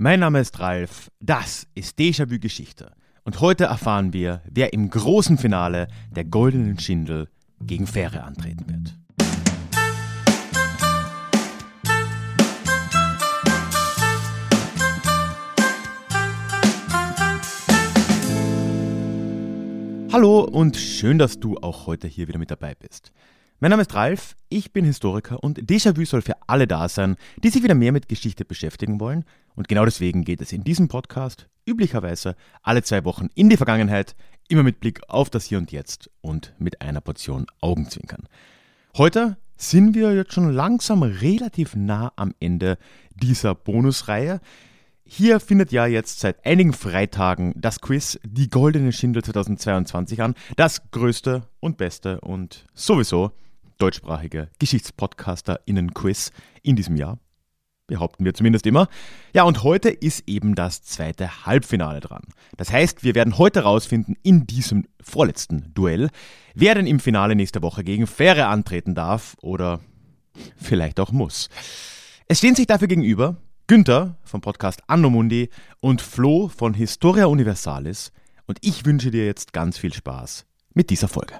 Mein Name ist Ralf, das ist Déjà-vu Geschichte und heute erfahren wir, wer im großen Finale der Goldenen Schindel gegen Fähre antreten wird. Hallo und schön, dass du auch heute hier wieder mit dabei bist. Mein Name ist Ralf, ich bin Historiker und Déjà-vu soll für alle da sein, die sich wieder mehr mit Geschichte beschäftigen wollen. Und genau deswegen geht es in diesem Podcast üblicherweise alle 2 Wochen in die Vergangenheit, immer mit Blick auf das Hier und Jetzt und mit einer Portion Augenzwinkern. Heute sind wir jetzt schon langsam relativ nah am Ende dieser Bonusreihe. Hier findet ja jetzt seit einigen Freitagen das Quiz Die Goldene Schindel 2022 an. Das größte und beste und sowieso deutschsprachige GeschichtspodcasterInnen-Quiz in diesem Jahr. Behaupten wir zumindest immer. Ja, und heute ist eben das zweite Halbfinale dran. Das heißt, wir werden heute rausfinden, in diesem vorletzten Duell, wer denn im Finale nächste Woche gegen Fähre antreten darf oder vielleicht auch muss. Es stehen sich dafür gegenüber Günther vom Podcast Anno Mundi und Flo von Historia Universalis. Und ich wünsche dir jetzt ganz viel Spaß mit dieser Folge.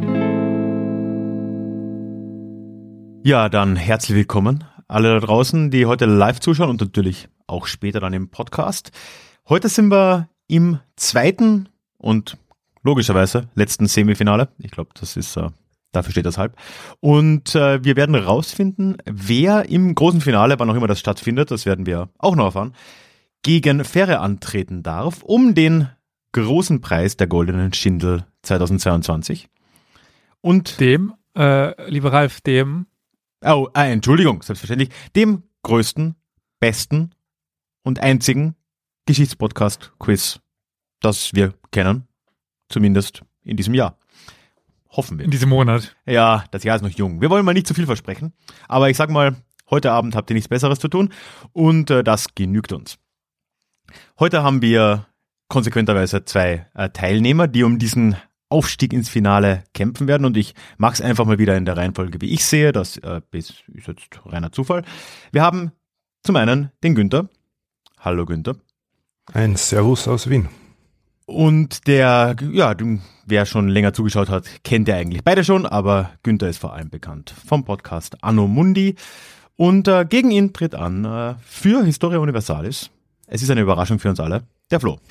Ja, dann herzlich willkommen alle da draußen, die heute live zuschauen und natürlich auch später dann im Podcast. Heute sind wir im zweiten und logischerweise letzten Semifinale. Ich glaube, das ist, dafür steht das halb. Und wir werden rausfinden, wer im großen Finale, wann auch immer das stattfindet, das werden wir auch noch erfahren, gegen Fähre antreten darf, um den großen Preis der Goldenen Schindel 2022. Und dem, lieber Ralf, Entschuldigung, selbstverständlich, dem größten, besten und einzigen Geschichtspodcast-Quiz, das wir kennen, zumindest in diesem Jahr. Hoffen wir. In diesem Monat. Ja, das Jahr ist noch jung. Wir wollen mal nicht zu viel versprechen, aber ich sag mal, heute Abend habt ihr nichts Besseres zu tun und das genügt uns. Heute haben wir konsequenterweise 2 Teilnehmer, die um diesen Aufstieg ins Finale kämpfen werden und ich mache es einfach mal wieder in der Reihenfolge, wie ich sehe. Das ist jetzt reiner Zufall. Wir haben zum einen den Günther. Hallo Günther. Ein Servus aus Wien. Und wer schon länger zugeschaut hat, kennt ja eigentlich beide schon, aber Günther ist vor allem bekannt vom Podcast Anno Mundi. Und gegen ihn tritt an für Historia Universalis. Es ist eine Überraschung für uns alle, der Flo.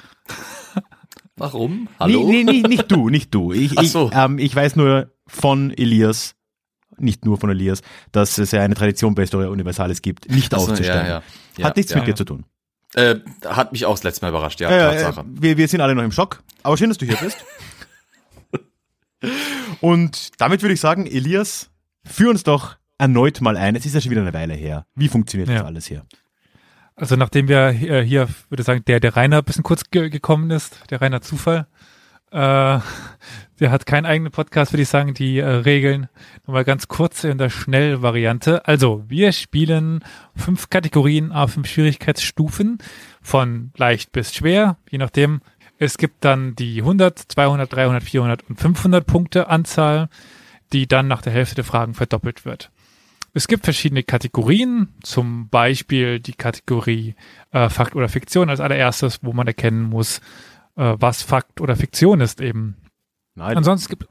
Warum? Hallo? Nee, nicht du. Ich weiß nur von Elias, nicht nur von Elias, dass es ja eine Tradition bei Historia Universalis gibt, nicht aufzustellen. Ja. Hat nichts mit dir zu tun. Hat mich auch das letzte Mal überrascht, Tatsache. Wir sind alle noch im Schock, aber schön, dass du hier bist. Und damit würde ich sagen, Elias, führ uns doch erneut mal ein. Es ist ja schon wieder eine Weile her. Wie funktioniert das alles hier? Also nachdem wir hier, würde ich sagen, der Rainer ein bisschen kurz gekommen ist, der Rainer Zufall, der hat keinen eigenen Podcast, würde ich sagen, die Regeln nochmal ganz kurz in der Schnellvariante. Also wir spielen 5 Kategorien, 5 Schwierigkeitsstufen von leicht bis schwer, je nachdem. Es gibt dann die 100, 200, 300, 400 und 500 Punkte Anzahl, die dann nach der Hälfte der Fragen verdoppelt wird. Es gibt verschiedene Kategorien, zum Beispiel die Kategorie Fakt oder Fiktion als allererstes, wo man erkennen muss, was Fakt oder Fiktion ist eben. Nein. Ansonsten gibt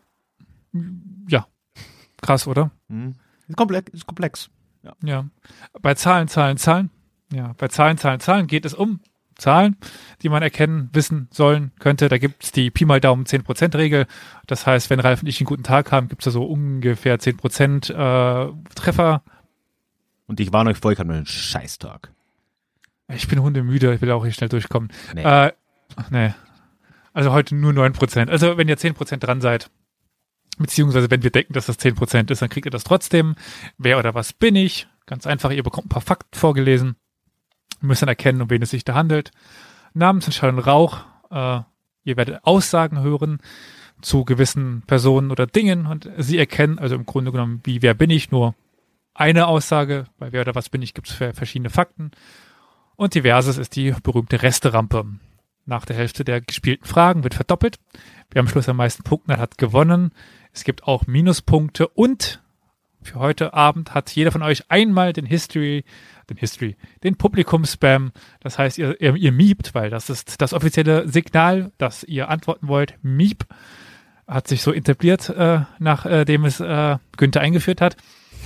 krass, oder? Ist komplex. Ja. Bei Zahlen. Ja, bei Zahlen geht es um Zahlen, die man erkennen, wissen sollen könnte. Da gibt es die Pi mal Daumen 10%-Regel. Das heißt, wenn Ralf und ich einen guten Tag haben, gibt es da so ungefähr 10% Treffer. Und ich warne euch vor, ich habe nur einen Scheißtag. Ich bin hundemüde, ich will auch hier schnell durchkommen. Nee. Also heute nur 9%. Also wenn ihr 10% dran seid, beziehungsweise wenn wir denken, dass das 10% ist, dann kriegt ihr das trotzdem. Wer oder was bin ich? Ganz einfach, ihr bekommt ein paar Fakten vorgelesen. Wir müssen dann erkennen, um wen es sich da handelt. Namensentscheidung Rauch. Ihr werdet Aussagen hören zu gewissen Personen oder Dingen und sie erkennen, also im Grunde genommen, wer bin ich, nur eine Aussage. Bei wer oder was bin ich gibt es verschiedene Fakten. Und diverses ist die berühmte Resterampe. Nach der Hälfte der gespielten Fragen wird verdoppelt. Wer am Schluss am meisten Punkte hat gewonnen. Es gibt auch Minuspunkte und für heute Abend hat jeder von euch einmal den Publikum-Spam. Das heißt, ihr miept, weil das ist das offizielle Signal, dass ihr antworten wollt. Miep hat sich so etabliert, nachdem es Günther eingeführt hat.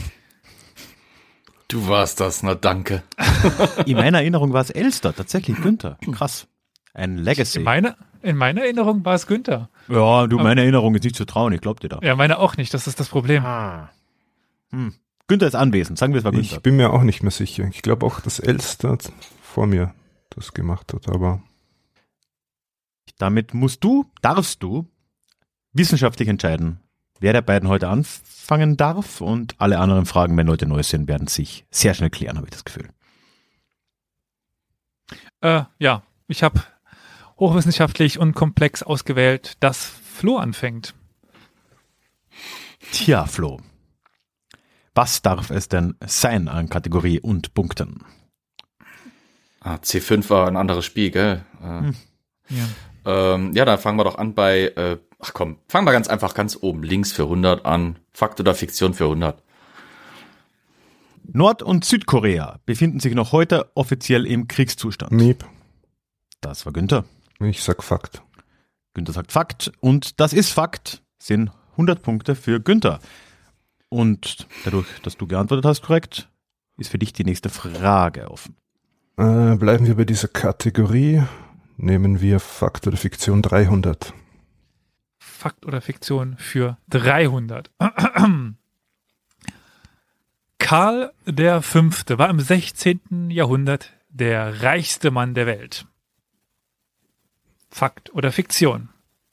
Du warst das, na danke. In meiner Erinnerung war es Elster, tatsächlich Günther. Krass. Ein Legacy. In meiner Erinnerung war es Günther. Ja, meine Erinnerung ist nicht zu trauen, ich glaub dir da. Ja, meine auch nicht, das ist das Problem. Günther ist anwesend, sagen wir es mal Günther. Ich bin mir auch nicht mehr sicher. Ich glaube auch, dass Elster vor mir das gemacht hat, aber... Damit darfst du wissenschaftlich entscheiden, wer der beiden heute anfangen darf, und alle anderen Fragen, wenn Leute neu sind, werden sich sehr schnell klären, habe ich das Gefühl. Ja, ich habe hochwissenschaftlich und komplex ausgewählt, dass Flo anfängt. Tja, Flo. Was darf es denn sein an Kategorie und Punkten? C5 war ein anderes Spiel, gell? Ja, dann fangen wir doch an bei, fangen wir ganz einfach ganz oben links für 100 an. Fakt oder Fiktion für 100. Nord- und Südkorea befinden sich noch heute offiziell im Kriegszustand. Miep. Das war Günther. Ich sag Fakt. Günther sagt Fakt, und das ist Fakt, sind 100 Punkte für Günther. Und dadurch, dass du geantwortet hast korrekt, ist für dich die nächste Frage offen. Bleiben wir bei dieser Kategorie. Nehmen wir Fakt oder Fiktion 300. Fakt oder Fiktion für 300. Karl V. war im 16. Jahrhundert der reichste Mann der Welt. Fakt oder Fiktion?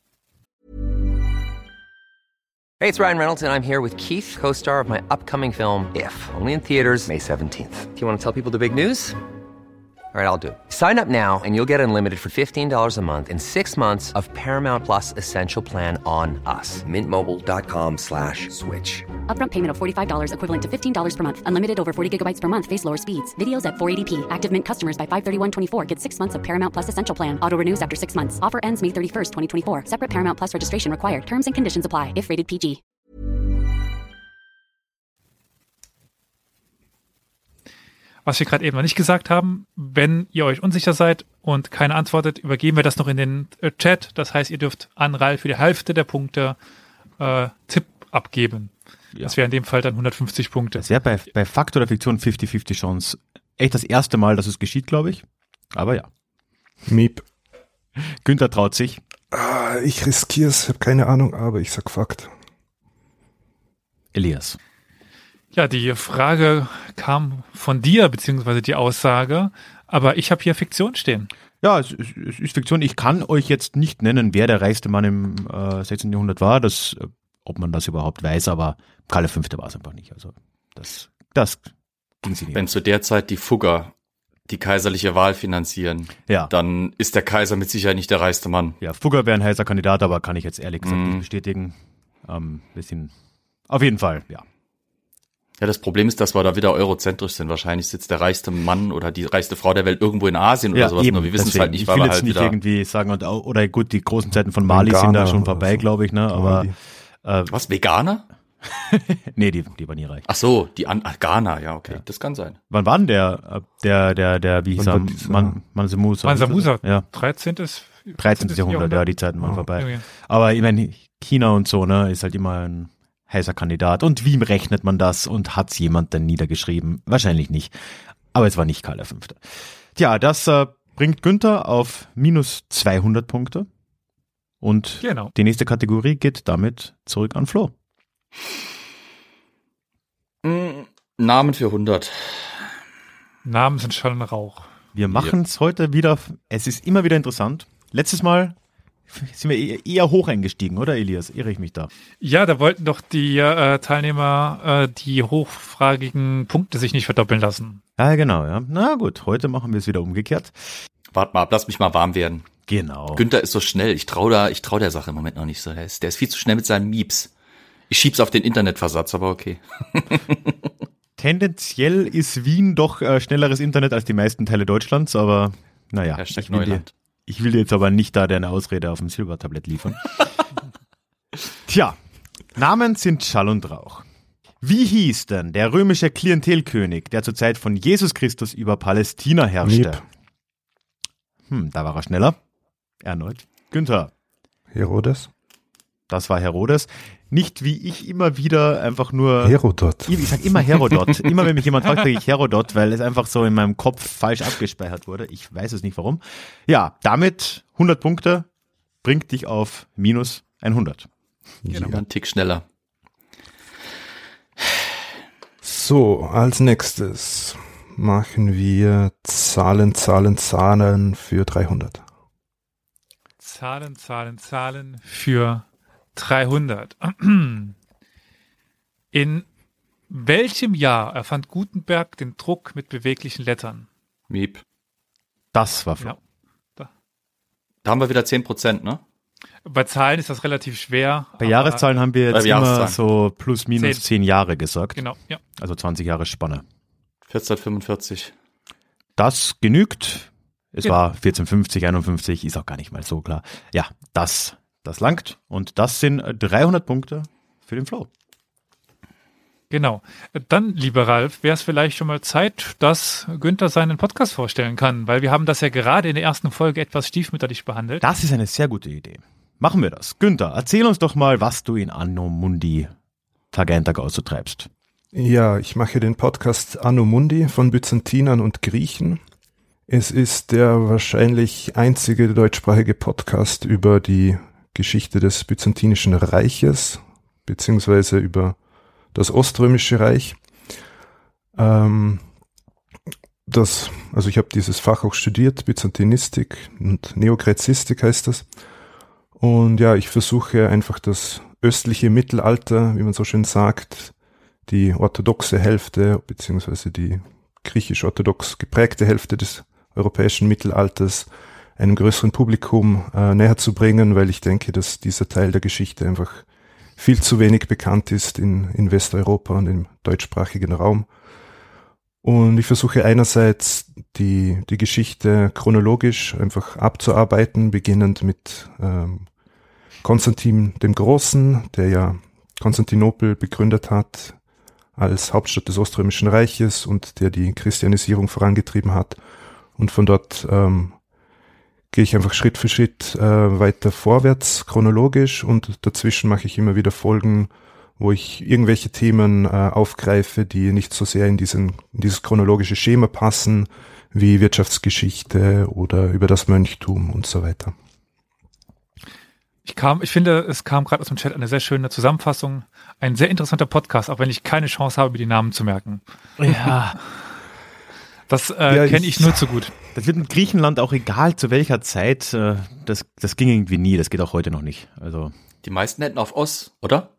Hey, it's Ryan Reynolds, and I'm here with Keith, co-star of my upcoming film, If, only in theaters May 17th. Do you want to tell people the big news? All right, I'll do it. Sign up now and you'll get unlimited for $15 a month and 6 months of Paramount Plus Essential Plan on us. MintMobile.com/switch. Upfront payment of $45 equivalent to $15 per month. Unlimited over 40 gigabytes per month. Face lower speeds. Videos at 480p. Active Mint customers by 531.24 get 6 months of Paramount Plus Essential Plan. Auto renews after 6 months. Offer ends May 31st, 2024. Separate Paramount Plus registration required. Terms and conditions apply if rated PG. Was wir gerade eben noch nicht gesagt haben, wenn ihr euch unsicher seid und keine antwortet, übergeben wir das noch in den Chat. Das heißt, ihr dürft an Ralf für die Hälfte der Punkte Tipp abgeben. Ja. Das wäre in dem Fall dann 150 Punkte. Das wäre bei Fakt oder Fiktion 50-50 Chance. Echt das erste Mal, dass es geschieht, glaube ich. Aber ja. Miep. Günther traut sich. Ich riskiere es, habe keine Ahnung, aber ich sag Fakt. Elias. Ja, die Frage kam von dir, beziehungsweise die Aussage, aber ich habe hier Fiktion stehen. Ja, es ist Fiktion. Ich kann euch jetzt nicht nennen, wer der reichste Mann im 16. Jahrhundert war. Ob man das überhaupt weiß, aber Karl V. war es einfach nicht. Also das ging sie nicht. Wenn zu der Zeit die Fugger die kaiserliche Wahl finanzieren, ja, dann ist der Kaiser mit Sicherheit nicht der reichste Mann. Ja, Fugger wäre ein heißer Kandidat, aber kann ich jetzt ehrlich gesagt nicht bestätigen. Bisschen, auf jeden Fall, ja. Ja, das Problem ist, dass wir da wieder eurozentrisch sind. Wahrscheinlich sitzt der reichste Mann oder die reichste Frau der Welt irgendwo in Asien oder sowas. Eben, nur wir wissen es halt nicht, weil ich will wir jetzt halt nicht wieder irgendwie sagen, oder gut, die großen Zeiten von Mali sind da schon vorbei, glaube ich, ne? Aber was, Veganer? Nee, die war nie reich. Ach so, Ghana, ja, okay, ja. Das kann sein. Wann war denn der wie hieß er? Mansa Musa. Mansa Musa, ja. 13. Jahrhundert, ja, die Zeiten waren vorbei. Okay. Aber ich meine, China und so, ne, ist halt immer ein heißer Kandidat. Und wie rechnet man das? Und hat's jemand denn niedergeschrieben? Wahrscheinlich nicht. Aber es war nicht Karl V. Tja, das bringt Günther auf minus 200 Punkte. Und genau. Die nächste Kategorie geht damit zurück an Flo. Namen für 100. Namen sind Schall und Rauch. Wir machen es heute wieder. Es ist immer wieder interessant. Letztes Mal sind wir eher hoch eingestiegen, oder Elias? Irre ich mich da? Ja, da wollten doch die Teilnehmer die hochfragigen Punkte sich nicht verdoppeln lassen. Ja, genau. Ja. Na gut, heute machen wir es wieder umgekehrt. Warte mal ab, lass mich mal warm werden. Genau. Günther ist so schnell. Ich trau der Sache im Moment noch nicht so. Der ist viel zu schnell mit seinen Mieps. Ich schieb's auf den Internetversatz, aber okay. Tendenziell ist Wien doch schnelleres Internet als die meisten Teile Deutschlands, aber naja, ich will dir jetzt aber nicht da deine Ausrede auf dem Silbertablett liefern. Tja, Namen sind Schall und Rauch. Wie hieß denn der römische Klientelkönig, der zur Zeit von Jesus Christus über Palästina herrschte? Da war er schneller. Erneut. Günther. Herodes? Das war Herodes. Nicht wie ich immer wieder einfach nur... Herodot. Ich sag immer Herodot. Immer wenn mich jemand fragt, sage ich Herodot, weil es einfach so in meinem Kopf falsch abgespeichert wurde. Ich weiß es nicht warum. Ja, damit 100 Punkte bringt dich auf minus 100. Genau. Ein Tick schneller. So, als nächstes machen wir Zahlen für 300. Zahlen für 300. In welchem Jahr erfand Gutenberg den Druck mit beweglichen Lettern? Miep. Das war Flo. Da haben wir wieder 10%, ne? Bei Zahlen ist das relativ schwer. Bei Jahreszahlen haben wir jetzt immer so plus minus 10 Jahre gesagt. Genau, ja. Also 20 Jahre Spanne. 1445. Das genügt. Es war 1450, 51, ist auch gar nicht mal so klar. Ja, das langt. Und das sind 300 Punkte für den Flo. Genau. Dann, lieber Ralf, wäre es vielleicht schon mal Zeit, dass Günther seinen Podcast vorstellen kann, weil wir haben das ja gerade in der ersten Folge etwas stiefmütterlich behandelt. Das ist eine sehr gute Idee. Machen wir das. Günther, erzähl uns doch mal, was du in Anno Mundi Tag ein, Tag aus so treibst. Ja, ich mache den Podcast Anno Mundi von Byzantinern und Griechen. Es ist der wahrscheinlich einzige deutschsprachige Podcast über die Geschichte des Byzantinischen Reiches, beziehungsweise über das Oströmische Reich. Also ich habe dieses Fach auch studiert, Byzantinistik und Neograizistik heißt das. Und ja, ich versuche einfach das östliche Mittelalter, wie man so schön sagt, die orthodoxe Hälfte, beziehungsweise die griechisch-orthodox geprägte Hälfte des europäischen Mittelalters einem größeren Publikum näher zu bringen, weil ich denke, dass dieser Teil der Geschichte einfach viel zu wenig bekannt ist in Westeuropa und im deutschsprachigen Raum. Und ich versuche einerseits die Geschichte chronologisch einfach abzuarbeiten, beginnend mit Konstantin dem Großen, der ja Konstantinopel begründet hat als Hauptstadt des Oströmischen Reiches und der die Christianisierung vorangetrieben hat. Und von dort gehe ich einfach Schritt für Schritt weiter vorwärts, chronologisch, und dazwischen mache ich immer wieder Folgen, wo ich irgendwelche Themen aufgreife, die nicht so sehr in dieses chronologische Schema passen, wie Wirtschaftsgeschichte oder über das Mönchtum und so weiter. Ich finde, es kam gerade aus dem Chat eine sehr schöne Zusammenfassung. Ein sehr interessanter Podcast, auch wenn ich keine Chance habe, mir die Namen zu merken. Ja. Das kenne ich nur zu gut. Das wird in Griechenland auch egal, zu welcher Zeit. Das ging irgendwie nie. Das geht auch heute noch nicht. Also die meisten hätten auf Os, oder?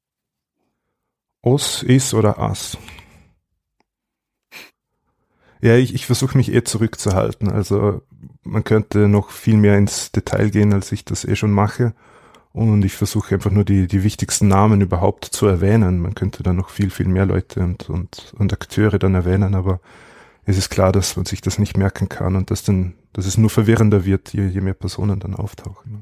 Os, Is oder As. Ja, ich versuche mich zurückzuhalten. Also man könnte noch viel mehr ins Detail gehen, als ich das schon mache. Und ich versuche einfach nur die wichtigsten Namen überhaupt zu erwähnen. Man könnte dann noch viel, viel mehr Leute und Akteure dann erwähnen, aber es ist klar, dass man sich das nicht merken kann und dass es nur verwirrender wird, je mehr Personen dann auftauchen.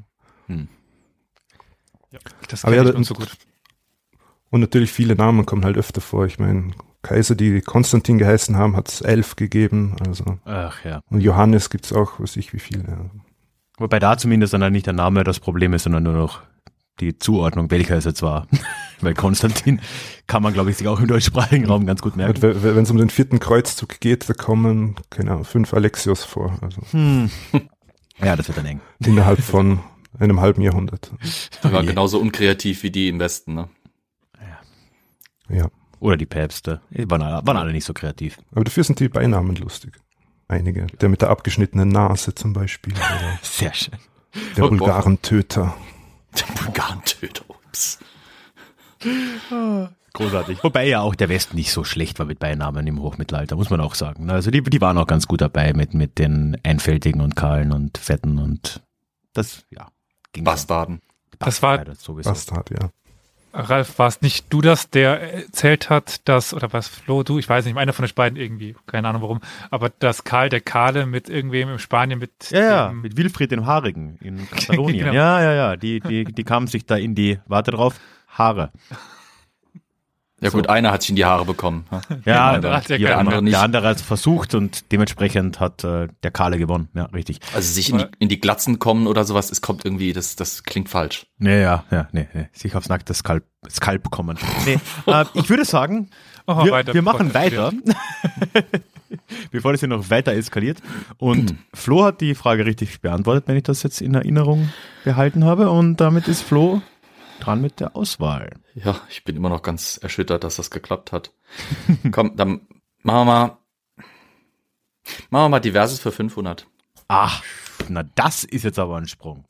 Ja, das kenne ich nur so gut. Und natürlich viele Namen kommen halt öfter vor. Ich meine, Kaiser, die Konstantin geheißen haben, hat es 11 gegeben. Also. Ach ja. Und Johannes gibt es auch, weiß ich wie viele. Ja. Wobei da zumindest dann nicht der Name das Problem ist, sondern nur noch die Zuordnung, welcher es jetzt war. Weil Konstantin kann man, glaube ich, sich auch im deutschsprachigen Raum ganz gut merken. Wenn es um den 4. Kreuzzug geht, da kommen, keine Ahnung, 5 Alexios vor. Also. Ja, das wird dann eng. Innerhalb von einem halben Jahrhundert. Die waren genauso unkreativ wie die im Westen, ne? Ja. Oder die Päpste. Die waren alle nicht so kreativ. Aber dafür sind die Beinamen lustig. Einige. Der mit der abgeschnittenen Nase zum Beispiel. Oder sehr schön. Der Bulgarentöter. Der Bulgarentöter, ups. Großartig. Wobei ja auch der Westen nicht so schlecht war mit Beinamen im Hochmittelalter, muss man auch sagen. Also die waren auch ganz gut dabei mit den Einfältigen und Kahlen und Fetten und das, ja. Ging Bastarden. Das war Bastard, ja. Ralf, war es nicht du der erzählt hat, oder was Flo, du, ich weiß nicht, einer von den beiden irgendwie, keine Ahnung warum, aber dass Karl der Kahle mit irgendwem in Spanien mit mit Wilfried dem Haarigen in Katalonien. Genau. Ja, die kamen sich da in die, warte drauf, Haare. Ja gut, einer hat sich in die Haare bekommen. Ja, da hat der keiner andere hat es versucht und dementsprechend hat der Kahle gewonnen. Ja, richtig. Also sich in die Glatzen kommen oder sowas, es kommt irgendwie, das klingt falsch. Nee. Sich aufs nackte Skalp kommen. Nee, ich würde sagen, wir machen weiter. Bevor das hier noch weiter eskaliert. Und Flo hat die Frage richtig beantwortet, wenn ich das jetzt in Erinnerung behalten habe. Und damit ist Flo dran mit der Auswahl. Ja, ich bin immer noch ganz erschüttert, dass das geklappt hat. Komm, dann machen wir mal Diverses für 500. Ach, na das ist jetzt aber ein Sprung.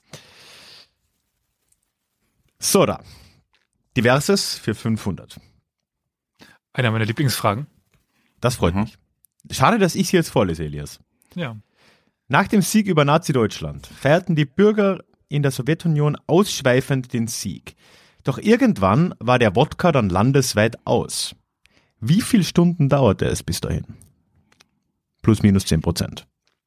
So, da. Diverses für 500. Einer meiner Lieblingsfragen. Das freut mich. Schade, dass ich sie jetzt vorlese, Elias. Ja. Nach dem Sieg über Nazi-Deutschland feierten die Bürger in der Sowjetunion ausschweifend den Sieg. Doch irgendwann war der Wodka dann landesweit aus. Wie viele Stunden dauerte es bis dahin? Plus minus 10%.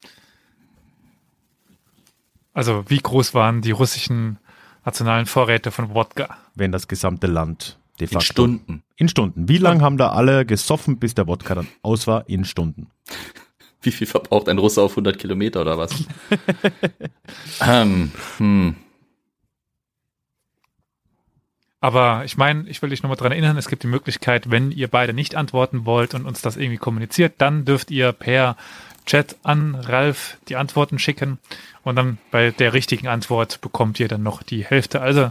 Also wie groß waren die russischen nationalen Vorräte von Wodka? Wenn das gesamte Land de facto. In Stunden. In Stunden. Wie lange haben da alle gesoffen, bis der Wodka dann aus war? In Stunden. Wie viel verbraucht ein Russe auf 100 Kilometer oder was? Aber ich meine, ich will dich nochmal dran erinnern, es gibt die Möglichkeit, wenn ihr beide nicht antworten wollt und uns das irgendwie kommuniziert, dann dürft ihr per Chat an Ralf die Antworten schicken und dann bei der richtigen Antwort bekommt ihr dann noch die Hälfte. Also,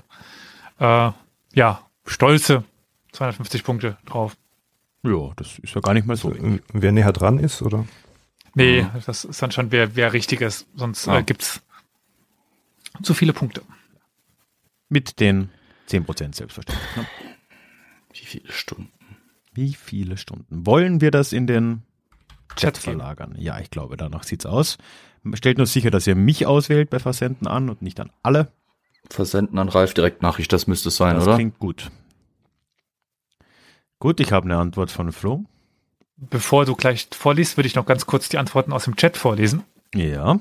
stolze 250 Punkte drauf. Ja, das ist ja gar nicht mal so. Wer näher dran ist, oder? Nee, das ist dann schon wer Richtiges, sonst gibt's zu viele Punkte. Mit den 10% selbstverständlich. Ne? Wie viele Stunden? Wollen wir das in den Chat verlagern? Ja, ich glaube, danach sieht's aus. Stellt nur sicher, dass ihr mich auswählt bei Versenden an und nicht an alle. Versenden an Ralf Direktnachricht, das müsste es sein, das oder? Das klingt gut. Gut, ich habe eine Antwort von Flo. Bevor du gleich vorliest, würde ich noch ganz kurz die Antworten aus dem Chat vorlesen. Ja.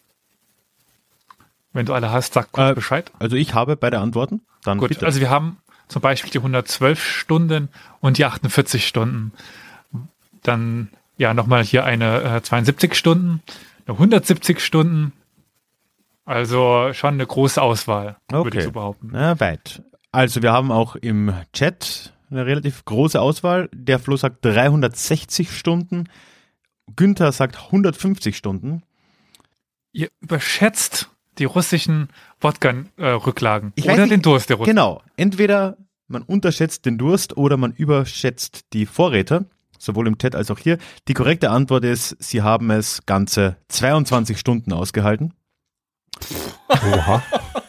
Wenn du alle hast, sag kurz Bescheid. Also ich habe beide Antworten. Dann gut, bitte. Also wir haben zum Beispiel die 112 Stunden und die 48 Stunden. Dann nochmal hier eine 72 Stunden, eine 170 Stunden. Also schon eine große Auswahl, würde ich so behaupten. Na, weit. Also wir haben auch im Chat eine relativ große Auswahl. Der Flo sagt 360 Stunden. Günther sagt 150 Stunden. Ihr überschätzt die russischen Wodka-Rücklagen oder den Durst der Russen. Genau. Entweder man unterschätzt den Durst oder man überschätzt die Vorräte, sowohl im Chat als auch hier. Die korrekte Antwort ist, sie haben es ganze 22 Stunden ausgehalten. Oha.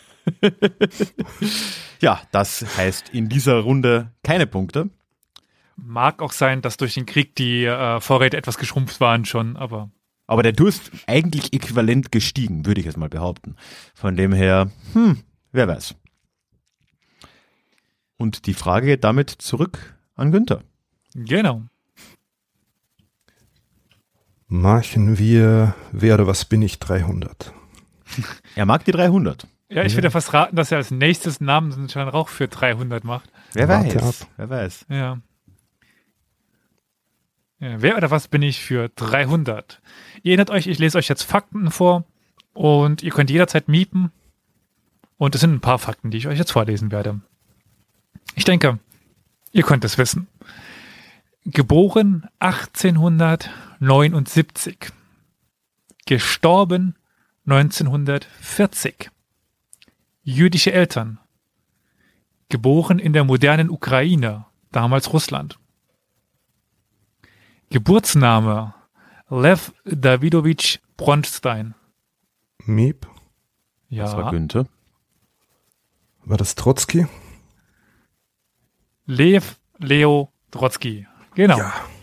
Ja, das heißt in dieser Runde keine Punkte. Mag auch sein, dass durch den Krieg die Vorräte etwas geschrumpft waren schon, aber der Durst eigentlich äquivalent gestiegen, würde ich jetzt mal behaupten. Von dem her, wer weiß. Und die Frage geht damit zurück an Günther. Genau. Machen wir, wer oder was bin ich, 300. Er mag die 300. Ja, ich würde fast raten, dass er als nächstes Namensschein Rauch für 300 macht. Wer Warte weiß. ab. Wer weiß. Ja. Wer oder was bin ich für 300? Ihr erinnert euch, ich lese euch jetzt Fakten vor und ihr könnt jederzeit miepen. Und es sind ein paar Fakten, die ich euch jetzt vorlesen werde. Ich denke, ihr könnt es wissen. Geboren 1879. Gestorben 1940. Jüdische Eltern. Geboren in der modernen Ukraine, damals Russland. Geburtsname Lev Davidovich Bronstein. Miep. Ja. Das war Günther. War das Trotzki? Lev Leo Trotzki. Genau.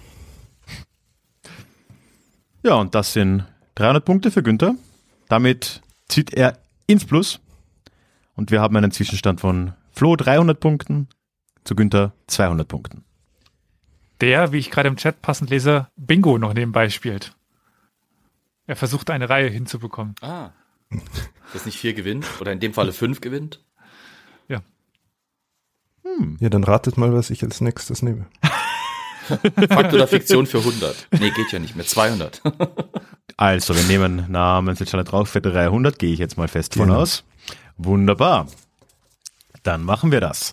Ja, und das sind 300 Punkte für Günther. Damit zieht er ins Plus. Und wir haben einen Zwischenstand von Flo 300 Punkten zu Günther 200 Punkten. Der, wie ich gerade im Chat passend lese, Bingo noch nebenbei spielt. Er versucht eine Reihe hinzubekommen. Das nicht 4 gewinnt oder in dem Falle 5 gewinnt. Ja. Ja, dann ratet mal, was ich als nächstes nehme. Fakt oder Fiktion für 100? Nee, geht ja nicht mehr. 200. Also, wir nehmen Namen jetzt schon drauf für 300, gehe ich jetzt mal fest von Genau. aus. Wunderbar. Dann machen wir das.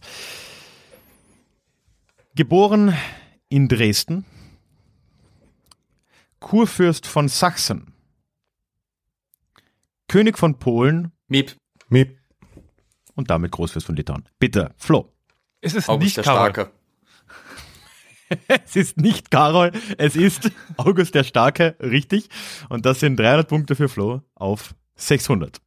Geboren in Dresden, Kurfürst von Sachsen, König von Polen Miep. Miep. und damit Großfürst von Litauen. Bitte, Flo. Es ist August nicht der Karol. Starke. Es ist nicht Karol, es ist August der Starke, richtig. Und das sind 300 Punkte für Flo auf 600.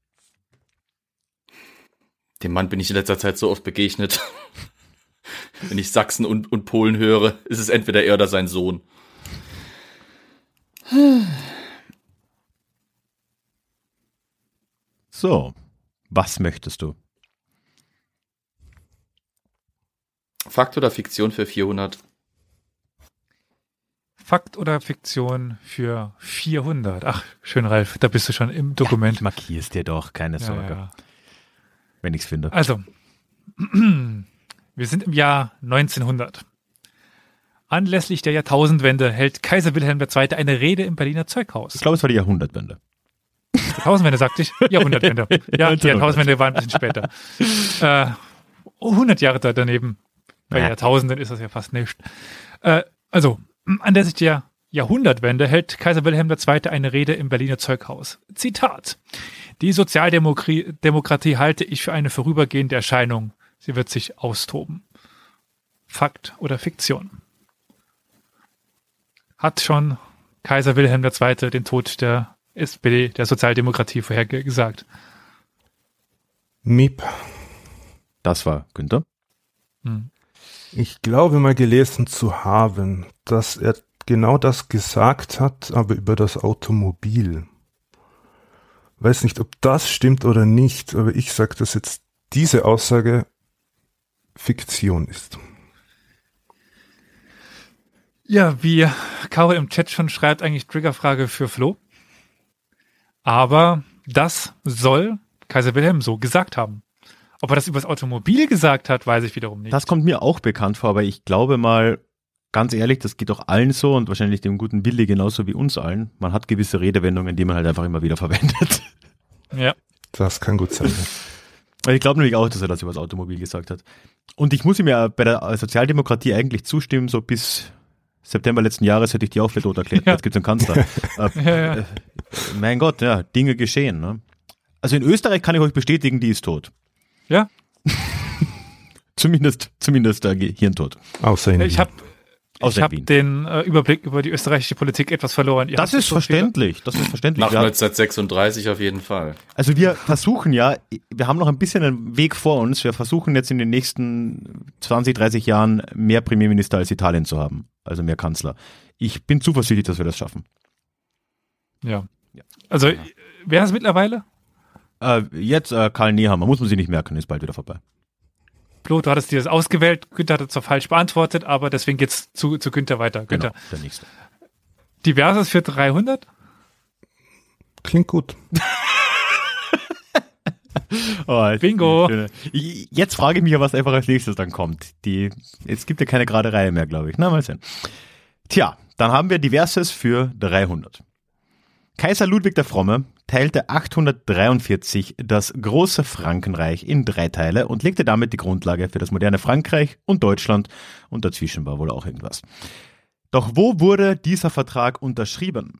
Dem Mann bin ich in letzter Zeit so oft begegnet. Wenn ich Sachsen und Polen höre, ist es entweder er oder sein Sohn. So, was möchtest du? Fakt oder Fiktion für 400? Fakt oder Fiktion für 400? Ach, schön, Ralf, da bist du schon im Dokument. Ich markiere es dir doch, keine Sorge, Ja. wenn ich es finde. Also, wir sind im Jahr 1900. Anlässlich der Jahrtausendwende hält Kaiser Wilhelm II. Eine Rede im Berliner Zeughaus. Ich glaube, es war die Jahrhundertwende. Jahrtausendwende, sagte ich. Jahrhundertwende. Ja, die Jahrtausendwende war ein bisschen später. 100 Jahre da daneben. Bei Ja. Jahrtausenden ist das ja fast nicht. Also, anlässlich der Jahrhundertwende hält Kaiser Wilhelm II. Eine Rede im Berliner Zeughaus. Zitat. Die Sozialdemokratie halte ich für eine vorübergehende Erscheinung. Sie wird sich austoben. Fakt oder Fiktion? Hat schon Kaiser Wilhelm II. Den Tod der SPD, der Sozialdemokratie, vorhergesagt? Miep. Das war Günther. Ich glaube mal gelesen zu haben, dass er genau das gesagt hat, aber über das Automobil. Weiß nicht, ob das stimmt oder nicht, aber ich sage, dass jetzt diese Aussage Fiktion ist. Ja, wie Caro im Chat schon schreibt, eigentlich Triggerfrage für Flo. Aber das soll Kaiser Wilhelm so gesagt haben. Ob er das über das Automobil gesagt hat, weiß ich wiederum nicht. Das kommt mir auch bekannt vor, aber ich glaube mal, ganz ehrlich, das geht doch allen so und wahrscheinlich dem guten Willi genauso wie uns allen. Man hat gewisse Redewendungen, die man halt einfach immer wieder verwendet. Ja. Das kann gut sein. Aber ich glaube nämlich auch, dass er das über das Automobil gesagt hat. Und ich muss ihm ja bei der Sozialdemokratie eigentlich zustimmen, so bis September letzten Jahres hätte ich die auch für tot erklärt. Ja. Jetzt gibt es einen Kanzler. Ja. Mein Gott, ja, Dinge geschehen. Ne? Also in Österreich kann ich euch bestätigen, die ist tot. Ja. Zumindest Hirntod. Außer in Ich Wien. Außer Wien. den Überblick über die österreichische Politik etwas verloren. Ihr Das habt ist so viele- verständlich. Das ist verständlich. Nach Ja. 1936 auf jeden Fall. Also wir versuchen ja, wir haben noch ein bisschen einen Weg vor uns. Wir versuchen jetzt in den nächsten 20, 30 Jahren mehr Premierminister als Italien zu haben. Also mehr Kanzler. Ich bin zuversichtlich, dass wir das schaffen. Ja. Also, wer ist es mittlerweile? Jetzt Karl Nehammer, muss man sich nicht merken, ist bald wieder vorbei. Flo, du hattest dir das ausgewählt. Günther hat es zwar falsch beantwortet, aber deswegen geht's zu Günther weiter. Günther. Genau, der nächste. Diverses für 300? Klingt gut. Oh, Bingo. schöne. Jetzt frage ich mich ja, was einfach als nächstes dann kommt. Es gibt ja keine gerade Reihe mehr, glaube ich. Na, mal sehen. Tja, dann haben wir Diverses für 300. Kaiser Ludwig der Fromme teilte 843 das große Frankenreich in 3 Teile und legte damit die Grundlage für das moderne Frankreich und Deutschland und dazwischen war wohl auch irgendwas. Doch wo wurde dieser Vertrag unterschrieben?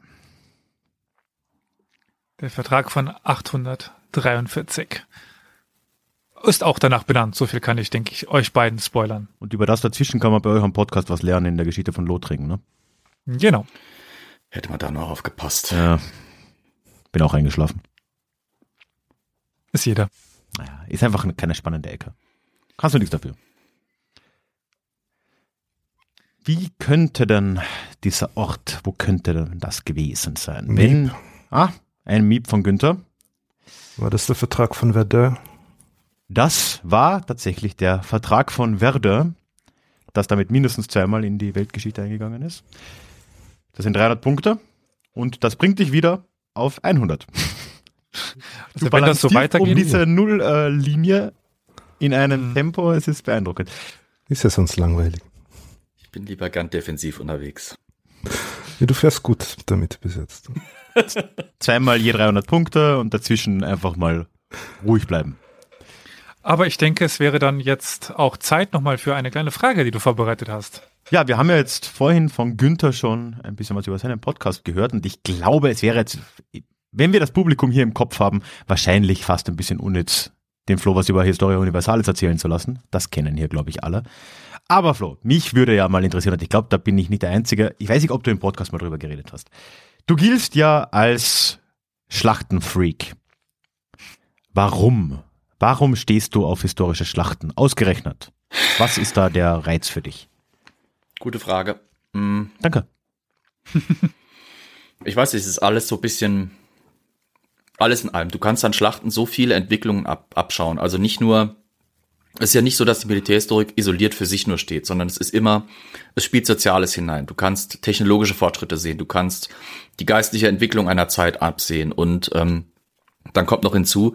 Der Vertrag von 843. Ist auch danach benannt. So viel kann ich, denke ich, euch beiden spoilern. Und über das dazwischen kann man bei eurem Podcast was lernen in der Geschichte von Lothringen, ne? Genau. Hätte man da nur aufgepasst. Ja. Bin auch eingeschlafen. Ist jeder. Naja, ist einfach keine spannende Ecke. Kannst du nichts dafür. Wie könnte denn dieser Ort, wo könnte denn das gewesen sein? Miep. Ein Miep von Günther. War das der Vertrag von Verdun? Das war tatsächlich der Vertrag von Verdun, das damit mindestens 2-mal in die Weltgeschichte eingegangen ist. Das sind 300 Punkte und das bringt dich wieder auf 100. Also wenn das so weitergeht. Um diese Nulllinie in einem Tempo, es ist beeindruckend. Ist ja sonst langweilig. Ich bin lieber ganz defensiv unterwegs. Ja, du fährst gut damit bis jetzt. Zweimal je 300 Punkte und dazwischen einfach mal ruhig bleiben. Aber ich denke, es wäre dann jetzt auch Zeit nochmal für eine kleine Frage, die du vorbereitet hast. Ja, wir haben ja jetzt vorhin von Günther schon ein bisschen was über seinen Podcast gehört und ich glaube, es wäre jetzt, wenn wir das Publikum hier im Kopf haben, wahrscheinlich fast ein bisschen unnütz, den Flo was über Historia Universalis erzählen zu lassen. Das kennen hier, glaube ich, alle. Aber Flo, mich würde ja mal interessieren, und ich glaube, da bin ich nicht der Einzige, ich weiß nicht, ob du im Podcast mal drüber geredet hast. Du giltst ja als Schlachtenfreak. Warum? Warum stehst du auf historische Schlachten? Ausgerechnet. Was ist da der Reiz für dich? Gute Frage. Danke. Ich weiß, es ist alles so ein bisschen, alles in allem. Du kannst an Schlachten so viele Entwicklungen abschauen. Also nicht nur, es ist ja nicht so, dass die Militärhistorik isoliert für sich nur steht, sondern es ist immer, es spielt Soziales hinein. Du kannst technologische Fortschritte sehen, du kannst die geistliche Entwicklung einer Zeit absehen und dann kommt noch hinzu,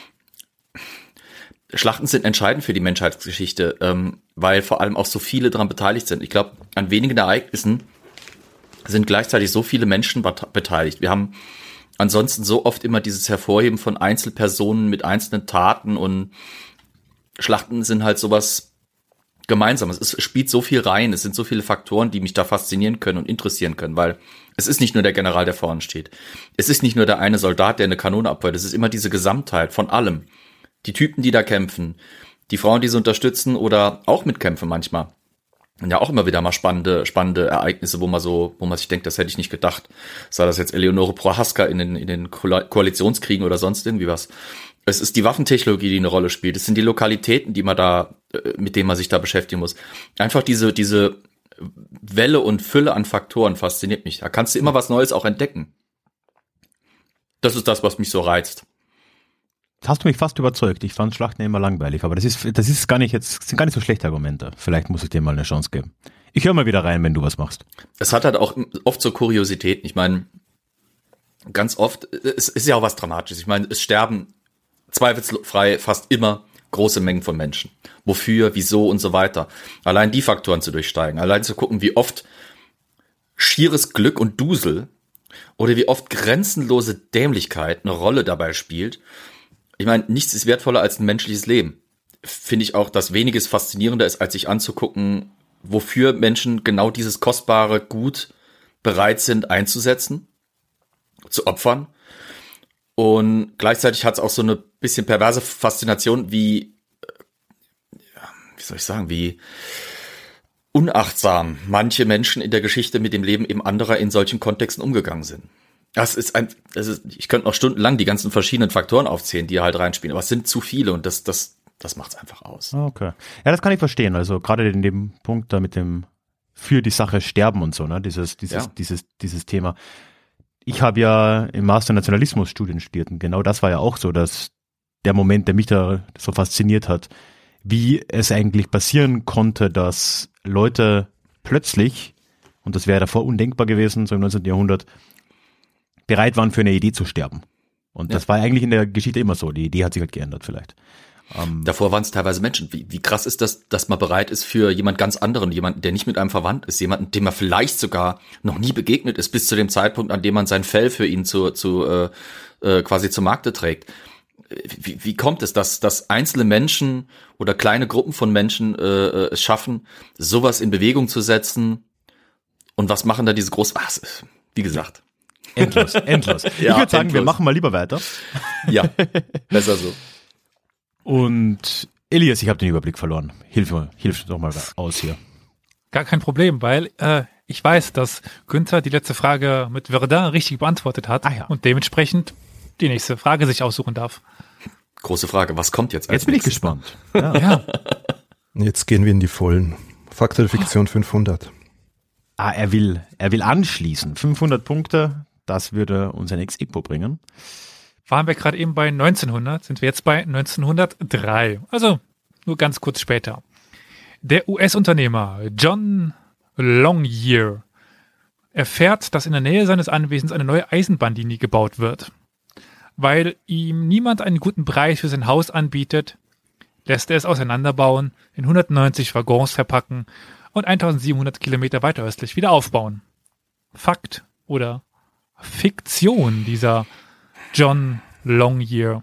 Schlachten sind entscheidend für die Menschheitsgeschichte, weil vor allem auch so viele daran beteiligt sind. Ich glaube, an wenigen Ereignissen sind gleichzeitig so viele Menschen beteiligt. Wir haben ansonsten so oft immer dieses Hervorheben von Einzelpersonen mit einzelnen Taten und Schlachten sind halt sowas Gemeinsames. Es spielt so viel rein, es sind so viele Faktoren, die mich da faszinieren können und interessieren können, weil es ist nicht nur der General, der vorne steht. Es ist nicht nur der eine Soldat, der eine Kanone abfeuert. Es ist immer diese Gesamtheit von allem. Die Typen, die da kämpfen, die Frauen, die sie unterstützen oder auch mitkämpfen manchmal. Und ja auch immer wieder mal spannende Ereignisse, wo man sich denkt, das hätte ich nicht gedacht. Sei das jetzt Eleonore Prohaska in den Koalitionskriegen oder sonst irgendwie was. Es ist die Waffentechnologie, die eine Rolle spielt. Es sind die Lokalitäten, die man da, mit denen man sich da beschäftigen muss. Einfach diese Welle und Fülle an Faktoren fasziniert mich. Da kannst du immer was Neues auch entdecken. Das ist das, was mich so reizt. Das hast du mich fast überzeugt. Ich fand Schlachten immer langweilig, aber das sind gar nicht so schlechte Argumente. Vielleicht muss ich dir mal eine Chance geben. Ich höre mal wieder rein, wenn du was machst. Es hat halt auch oft so Kuriositäten. Ich meine, ganz oft, es ist ja auch was Dramatisches. Ich meine, es sterben zweifelsfrei fast immer große Mengen von Menschen. Wofür, wieso und so weiter. Allein die Faktoren zu durchsteigen, allein zu gucken, wie oft schieres Glück und Dusel oder wie oft grenzenlose Dämlichkeit eine Rolle dabei spielt. Ich meine, nichts ist wertvoller als ein menschliches Leben. Finde ich auch, dass weniges faszinierender ist, als sich anzugucken, wofür Menschen genau dieses kostbare Gut bereit sind einzusetzen, zu opfern. Und gleichzeitig hat es auch so eine bisschen perverse Faszination, wie unachtsam manche Menschen in der Geschichte mit dem Leben eben anderer in solchen Kontexten umgegangen sind. Ich könnte noch stundenlang die ganzen verschiedenen Faktoren aufzählen, die halt reinspielen, aber es sind zu viele und das macht's einfach aus. Okay. Ja, das kann ich verstehen. Also gerade in dem Punkt da mit dem für die Sache sterben und so, ne, dieses Thema. Ich habe ja im Master Nationalismus-Studien studiert und genau das war ja auch so, dass der Moment, der mich da so fasziniert hat, wie es eigentlich passieren konnte, dass Leute plötzlich, und das wäre davor undenkbar gewesen, so im 19. Jahrhundert, bereit waren, für eine Idee zu sterben. Und das war eigentlich in der Geschichte immer so. Die Idee hat sich halt geändert vielleicht. Davor waren es teilweise Menschen. Wie krass ist das, dass man bereit ist für jemand ganz anderen, jemanden, der nicht mit einem verwandt ist, jemanden, dem man vielleicht sogar noch nie begegnet ist, bis zu dem Zeitpunkt, an dem man sein Fell für ihn quasi zu Markte trägt. Wie kommt es, dass einzelne Menschen oder kleine Gruppen von Menschen es schaffen, sowas in Bewegung zu setzen? Und was machen da diese wie gesagt. Endlos. Ja, ich würde sagen, wir machen mal lieber weiter. Ja, besser so. Und Elias, ich habe den Überblick verloren. Hilf doch mal aus hier. Gar kein Problem, weil ich weiß, dass Günther die letzte Frage mit Verdun richtig beantwortet hat und dementsprechend die nächste Frage sich aussuchen darf. Große Frage, was kommt jetzt als Jetzt bin ich nächstes? gespannt. Ja. Jetzt gehen wir in die Vollen. Faktor der Fiktion 500. Er will anschließen. 500 Punkte, das würde uns ein Ex-Equo bringen. Waren wir gerade eben bei 1900, sind wir jetzt bei 1903. Also nur ganz kurz später. Der US-Unternehmer John Longyear erfährt, dass in der Nähe seines Anwesens eine neue Eisenbahnlinie gebaut wird. Weil ihm niemand einen guten Preis für sein Haus anbietet, lässt er es auseinanderbauen, in 190 Waggons verpacken und 1700 Kilometer weiter östlich wieder aufbauen. Fakt oder Fiktion dieser John Longyear?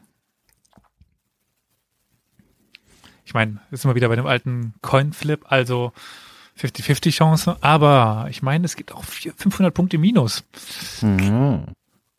Ich meine, jetzt sind wir wieder bei dem alten Coinflip, also 50-50 Chance, aber ich meine, es gibt auch 500 Punkte Minus. Mhm.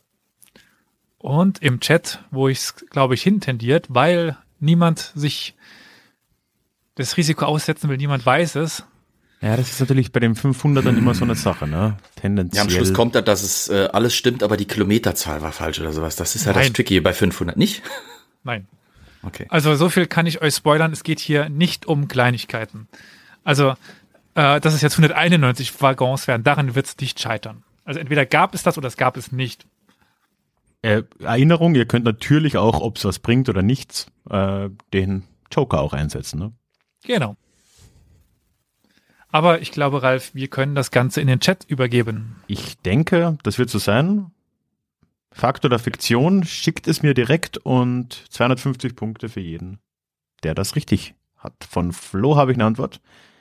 Und im Chat, wo ich es, glaube ich, hintendiert, weil niemand sich das Risiko aussetzen will, niemand weiß es. Ja, das ist natürlich bei den 500ern immer so eine Sache, ne? Tendenziell. Ja, am Schluss kommt da, dass es alles stimmt, aber die Kilometerzahl war falsch oder sowas. Das ist ja das Nein. Tricky bei 500, nicht? Nein. Okay. Also so viel kann ich euch spoilern, es geht hier nicht um Kleinigkeiten. Also, dass es jetzt 191 Waggons werden, daran wird es nicht scheitern. Also entweder gab es das oder es gab es nicht. Erinnerung, ihr könnt natürlich auch, ob es was bringt oder nichts, den Joker auch einsetzen, ne? Genau. Aber ich glaube, Ralf, wir können das Ganze in den Chat übergeben. Ich denke, das wird so sein. Fakt oder Fiktion, schickt es mir direkt und 250 Punkte für jeden, der das richtig hat. Von Flo habe ich eine Antwort.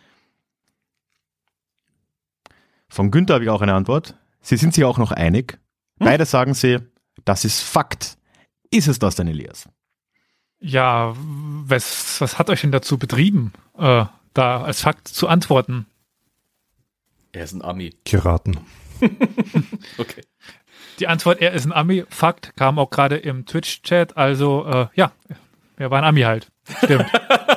Von Günther habe ich auch eine Antwort. Sie sind sich auch noch einig. Beide sagen sie, das ist Fakt. Ist es das denn, Elias? Ja, was hat euch denn dazu betrieben, da als Fakt zu antworten? Er ist ein Ami. Geraten. Okay. Die Antwort, er ist ein Ami. Fakt kam auch gerade im Twitch-Chat. Also, ja, er war ein Ami halt. Stimmt.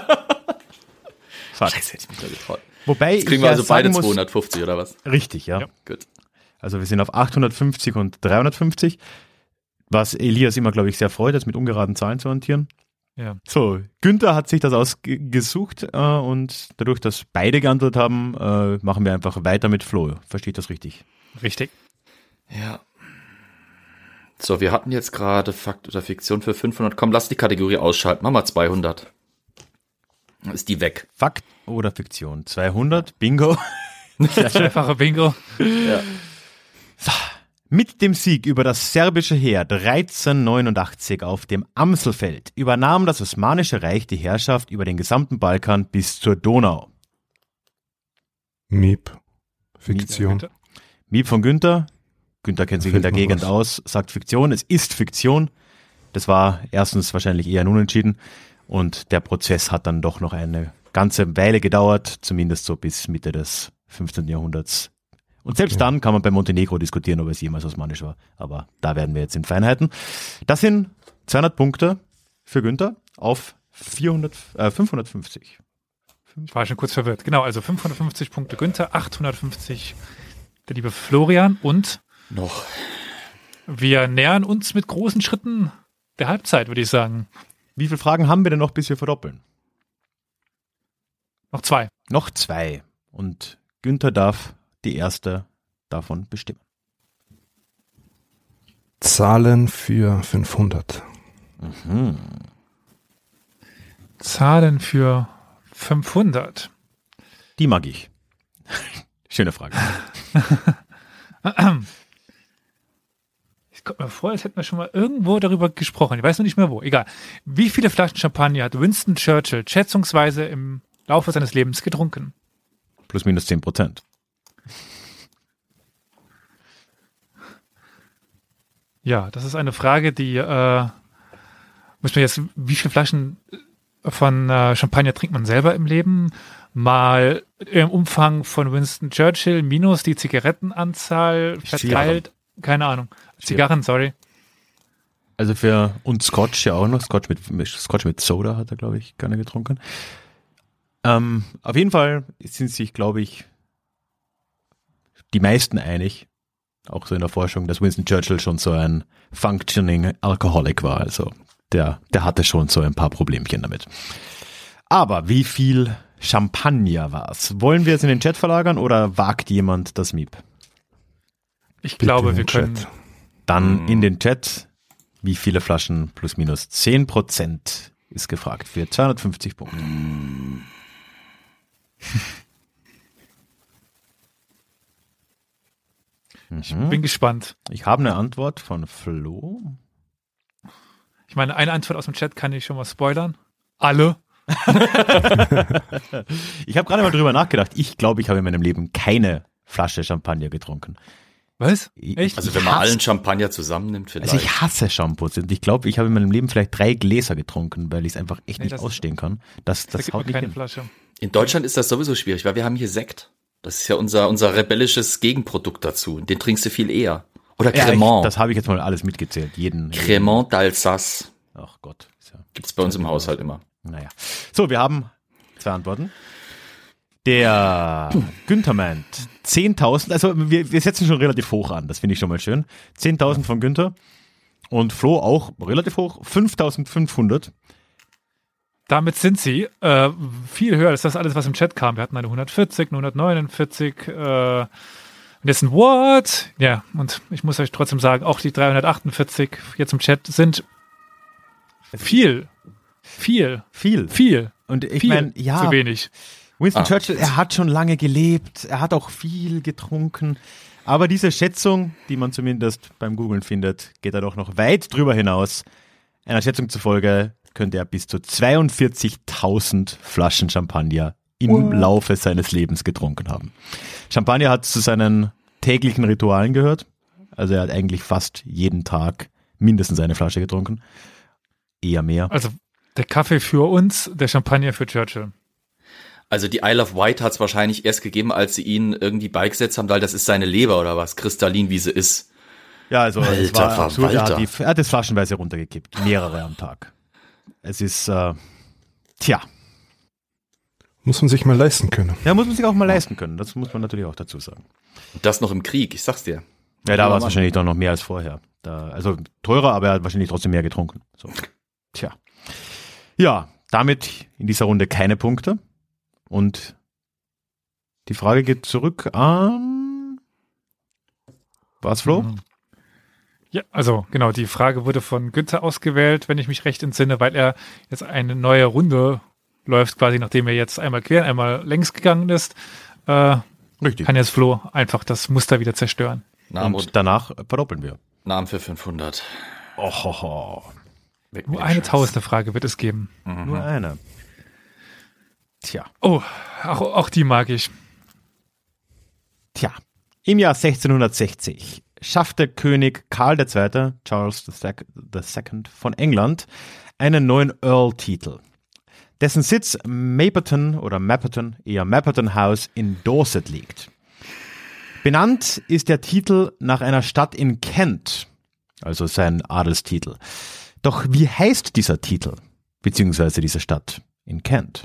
Fakt. Scheiße, hätte ich mich da getraut. Wobei Jetzt kriegen ich wir also sagen beide muss, 250 oder was? richtig, ja. Ja. Gut. Also wir sind auf 850 und 350, was Elias immer, glaube ich, sehr freut, jetzt mit ungeraden Zahlen zu hantieren. Ja. So, Günther hat sich das ausgesucht und dadurch, dass beide geantwortet haben, machen wir einfach weiter mit Flo. Versteht das richtig? Richtig. Ja. So, wir hatten jetzt gerade Fakt oder Fiktion für 500. Komm, lass die Kategorie ausschalten. Mach mal 200. Dann ist die weg. Fakt oder Fiktion? 200, Bingo. Einfache Bingo. Ja. Mit dem Sieg über das serbische Heer 1389 auf dem Amselfeld übernahm das Osmanische Reich die Herrschaft über den gesamten Balkan bis zur Donau. Miep. Fiktion. Miep von Günther. Günther kennt sich in der Fällt mir Gegend was. aus, sagt Fiktion. Es ist Fiktion. Das war erstens wahrscheinlich eher ein Unentschieden und der Prozess hat dann doch noch eine ganze Weile gedauert, zumindest so bis Mitte des 15. Jahrhunderts. Und selbst dann kann man bei Montenegro diskutieren, ob es jemals osmanisch war. Aber da werden wir jetzt in Feinheiten. Das sind 200 Punkte für Günther auf 550. Ich war schon kurz verwirrt. Genau, also 550 Punkte Günther, 850 der liebe Florian und Noch. wir nähern uns mit großen Schritten der Halbzeit, würde ich sagen. Wie viele Fragen haben wir denn noch, bis wir verdoppeln? Noch 2. Noch 2. Und Günther darf die erste davon bestimmen. Zahlen für 500. Zahlen für 500. Die mag ich. Schöne Frage. Es kommt mir vor, als hätten wir schon mal irgendwo darüber gesprochen. Ich weiß noch nicht mehr wo. Egal. Wie viele Flaschen Champagner hat Winston Churchill schätzungsweise im Laufe seines Lebens getrunken? Plus minus 10%. Ja, das ist eine Frage, die muss man jetzt, wie viele Flaschen von Champagner trinkt man selber im Leben? Mal im Umfang von Winston Churchill minus die Zigarettenanzahl verteilt. Keine Ahnung. Zigarren, sorry. Also für und Scotch ja auch noch. Scotch mit Soda hat er, glaube ich, gerne getrunken. Auf jeden Fall sind sich, glaube ich, die meisten einig, auch so in der Forschung, dass Winston Churchill schon so ein functioning Alcoholic war. Also der hatte schon so ein paar Problemchen damit. Aber wie viel Champagner war es? Wollen wir es in den Chat verlagern oder wagt jemand das Miep? Ich glaube, wir Bitte in den können. Chat. Dann in den Chat, wie viele Flaschen plus minus 10% ist gefragt für 250 Punkte. Ich bin gespannt. Ich habe eine Antwort von Flo. Ich meine, eine Antwort aus dem Chat kann ich schon mal spoilern. Alle. Ich habe gerade mal drüber nachgedacht. Ich glaube, ich habe in meinem Leben keine Flasche Champagner getrunken. Was? Echt? Also wenn man allen Champagner zusammennimmt, vielleicht. Also ich hasse Shampoos und ich glaube, ich habe in meinem Leben vielleicht 3 Gläser getrunken, weil ich es einfach echt nicht ausstehen kann. Das gibt haut mir nicht keine hin. Flasche. In Deutschland ist das sowieso schwierig, weil wir haben hier Sekt. Das ist ja unser rebellisches Gegenprodukt dazu. Den trinkst du viel eher. Oder Cremant. Das habe ich jetzt mal alles mitgezählt. Cremant d'Alsace. Ach Gott. Ja. Gibt's bei uns im Haushalt immer. Naja. So, wir haben 2 Antworten. Der Günther meint 10.000, also wir setzen schon relativ hoch an, das finde ich schon mal schön. 10.000 von Günther und Flo auch relativ hoch, 5.500. Damit sind sie viel höher als das alles, was im Chat kam. Wir hatten eine 140, eine 149, und jetzt ein What? Ja, und ich muss euch trotzdem sagen, auch die 348 jetzt im Chat sind viel. Und ich meine, ja, zu wenig. Winston Churchill, er hat schon lange gelebt, er hat auch viel getrunken, aber diese Schätzung, die man zumindest beim Googlen findet, geht da doch noch weit drüber hinaus. Einer Schätzung zufolge könnte er bis zu 42.000 Flaschen Champagner im Laufe seines Lebens getrunken haben. Champagner hat zu seinen täglichen Ritualen gehört, also er hat eigentlich fast jeden Tag mindestens eine Flasche getrunken, eher mehr. Also der Kaffee für uns, der Champagner für Churchill. Also die Isle of Wight hat es wahrscheinlich erst gegeben, als sie ihn irgendwie beigesetzt haben, weil das ist seine Leber oder was, kristallin wie sie ist. Ja, also es war Alter absurd, er Verwalter. hat es flaschenweise runtergekippt, mehrere am Tag. Es ist, tja, Muss man sich mal leisten können. ja, muss man sich auch mal leisten können, das muss man natürlich auch dazu sagen. Und das noch im Krieg, ich sag's dir. Ja, da war es wahrscheinlich doch noch mehr als vorher. Also teurer, aber er hat wahrscheinlich trotzdem mehr getrunken. So. Tja. Ja, damit in dieser Runde keine Punkte. Und die Frage geht zurück an... Was, Flo? Ja, also genau, die Frage wurde von Günther ausgewählt, wenn ich mich recht entsinne, weil er jetzt eine neue Runde läuft, quasi nachdem er jetzt einmal quer, einmal längs gegangen ist. Richtig. Kann jetzt Flo einfach das Muster wieder zerstören. Und danach verdoppeln wir. Namen für 500. Ohoho. Weg mit Nur dem eine Scheiß. tausende Frage wird es geben. Nur eine. Tja. Oh, auch die mag ich. Tja, im Jahr 1660 schaffte König Karl II., Charles II. Von England, einen neuen Earl-Titel. Dessen Sitz Mapperton House in Dorset liegt. Benannt ist der Titel nach einer Stadt in Kent, also sein Adelstitel. Doch wie heißt dieser Titel, beziehungsweise diese Stadt in Kent?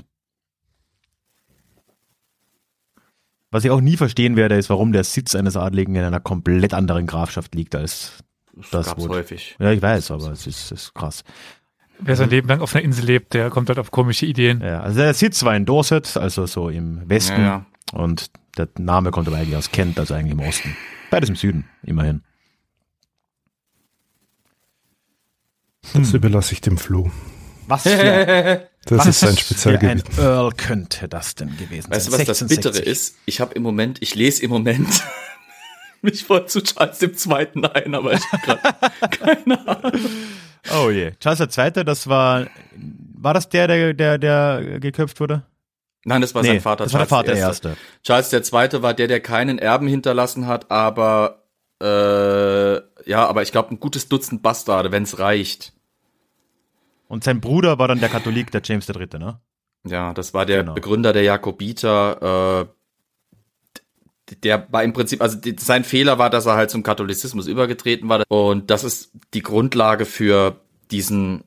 Was ich auch nie verstehen werde, ist, warum der Sitz eines Adligen in einer komplett anderen Grafschaft liegt als das Gab's wohl. häufig. Ja, ich weiß, aber es ist krass. Wer sein Leben lang auf einer Insel lebt, der kommt halt auf komische Ideen. Ja, also der Sitz war in Dorset, also so im Westen. Ja. Und der Name kommt aber eigentlich aus Kent, also eigentlich im Osten. Beides im Süden, immerhin. Das überlasse ich dem Flo. Was für, Das ist sein für ein Spezialgebiet. Earl könnte das denn gewesen Weißt du, sein? was das Bittere 1660. ist? Ich lese im Moment mich voll zu Charles II. Ein, aber ich habe gerade keine Ahnung. Oh je. Charles II., das war das der geköpft wurde? Nein, das war sein Vater. Das war der Vater I. Erste. Charles II. War der keinen Erben hinterlassen hat, aber aber ich glaube ein gutes Dutzend Bastarde, wenn es reicht. Und sein Bruder war dann der Katholik, der James III., ne? Ja, das war der Genau. Begründer der Jakobiter. Der war im Prinzip, also sein Fehler war, dass er halt zum Katholizismus übergetreten war. Und das ist die Grundlage für diesen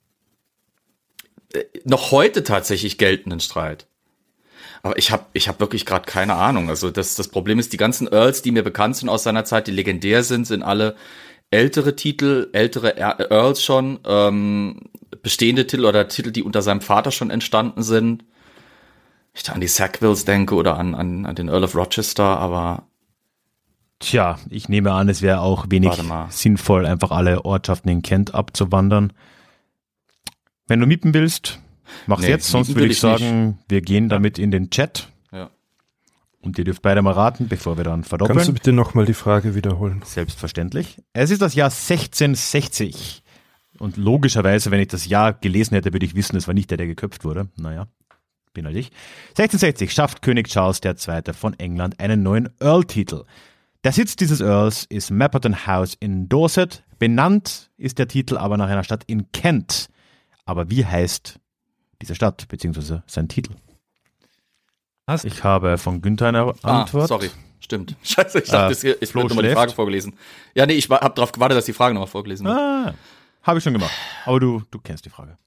noch heute tatsächlich geltenden Streit. Aber ich hab wirklich gerade keine Ahnung. Also das Problem ist, die ganzen Earls, die mir bekannt sind aus seiner Zeit, die legendär sind alle ältere Titel, ältere Earls schon, bestehende Titel oder Titel, die unter seinem Vater schon entstanden sind. Ich da an die Sackvilles denke oder an den Earl of Rochester, aber Tja, ich nehme an, es wäre auch wenig Warte mal. sinnvoll, einfach alle Ortschaften in Kent abzuwandern. Wenn du mieten willst, mach's Nee, jetzt, sonst mieten würde will ich ich sagen, wir gehen damit in den Chat. ja. Und ihr dürft beide mal raten, bevor wir dann verdoppeln. Kannst du bitte nochmal die Frage wiederholen? Selbstverständlich. Es ist das Jahr 1660. Und logischerweise, wenn ich das Jahr gelesen hätte, würde ich wissen, es war nicht der geköpft wurde. Naja, bin halt ich. 1660 schafft König Charles II. Von England einen neuen Earl-Titel. Der Sitz dieses Earls ist Mapperton House in Dorset. Benannt ist der Titel aber nach einer Stadt in Kent. Aber wie heißt diese Stadt, beziehungsweise sein Titel? Ich habe von Günther eine Antwort. Sorry, stimmt. Scheiße, ich dachte, es wird nochmal die Frage vorgelesen. Ja, nee, ich habe darauf gewartet, dass die Frage nochmal vorgelesen wird. Habe ich schon gemacht. Aber du kennst die Frage.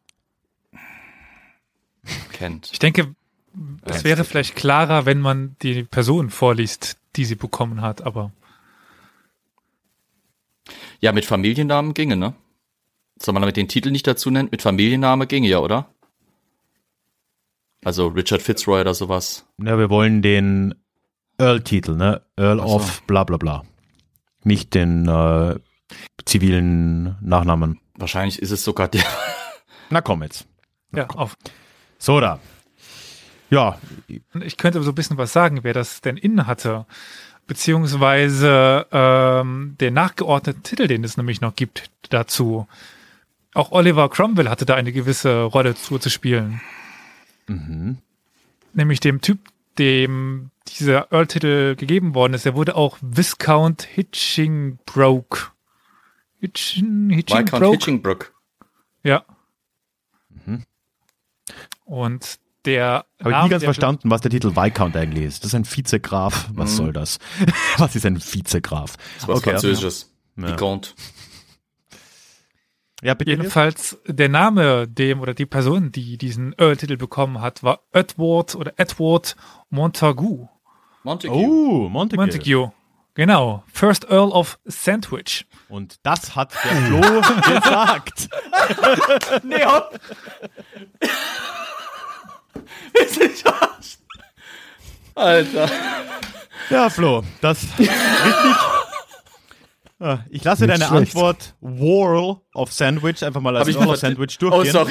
Kennt. Ich denke, es wäre vielleicht klarer, wenn man die Person vorliest, die sie bekommen hat, aber. Ja, mit Familiennamen ginge, ne? Soll man damit den Titel nicht dazu nennen? Mit Familienname ginge ja, oder? Also Richard Fitzroy oder sowas. Ja, wir wollen den Earl-Titel, ne? Earl of bla bla bla. Nicht den zivilen Nachnamen. Wahrscheinlich ist es sogar der. Na komm jetzt. Auf. So da. Ja. Ich könnte so ein bisschen was sagen, wer das denn inne hatte. Beziehungsweise der nachgeordnete Titel, den es nämlich noch gibt dazu. Auch Oliver Cromwell hatte da eine gewisse Rolle zu spielen. Mhm. Nämlich dem Typ, dem dieser Earl-Titel gegeben worden ist, der wurde auch Viscount Hitchingbroke. Viscount Hitchingbroke. Ja. Mhm. Und der habe ich nie ganz verstanden, was der Titel Viscount eigentlich ist. Das ist ein Vizegraf. Was soll das? Was ist ein Vizegraf? Das ist was Französisches. Vicomte. Ja, bitte. Jedenfalls der Name die Person, die diesen Earl-Titel bekommen hat, war Edward Montagu. Montague. Genau. First Earl of Sandwich. Und das hat der Flo gesagt. Nee, hopp. Ist nicht verarscht. Alter. Ja, Flo, das ist richtig. Ich lasse nicht deine schlecht. Antwort Earl of Sandwich einfach mal als Earl of Sandwich durchgehen. Oh, sorry.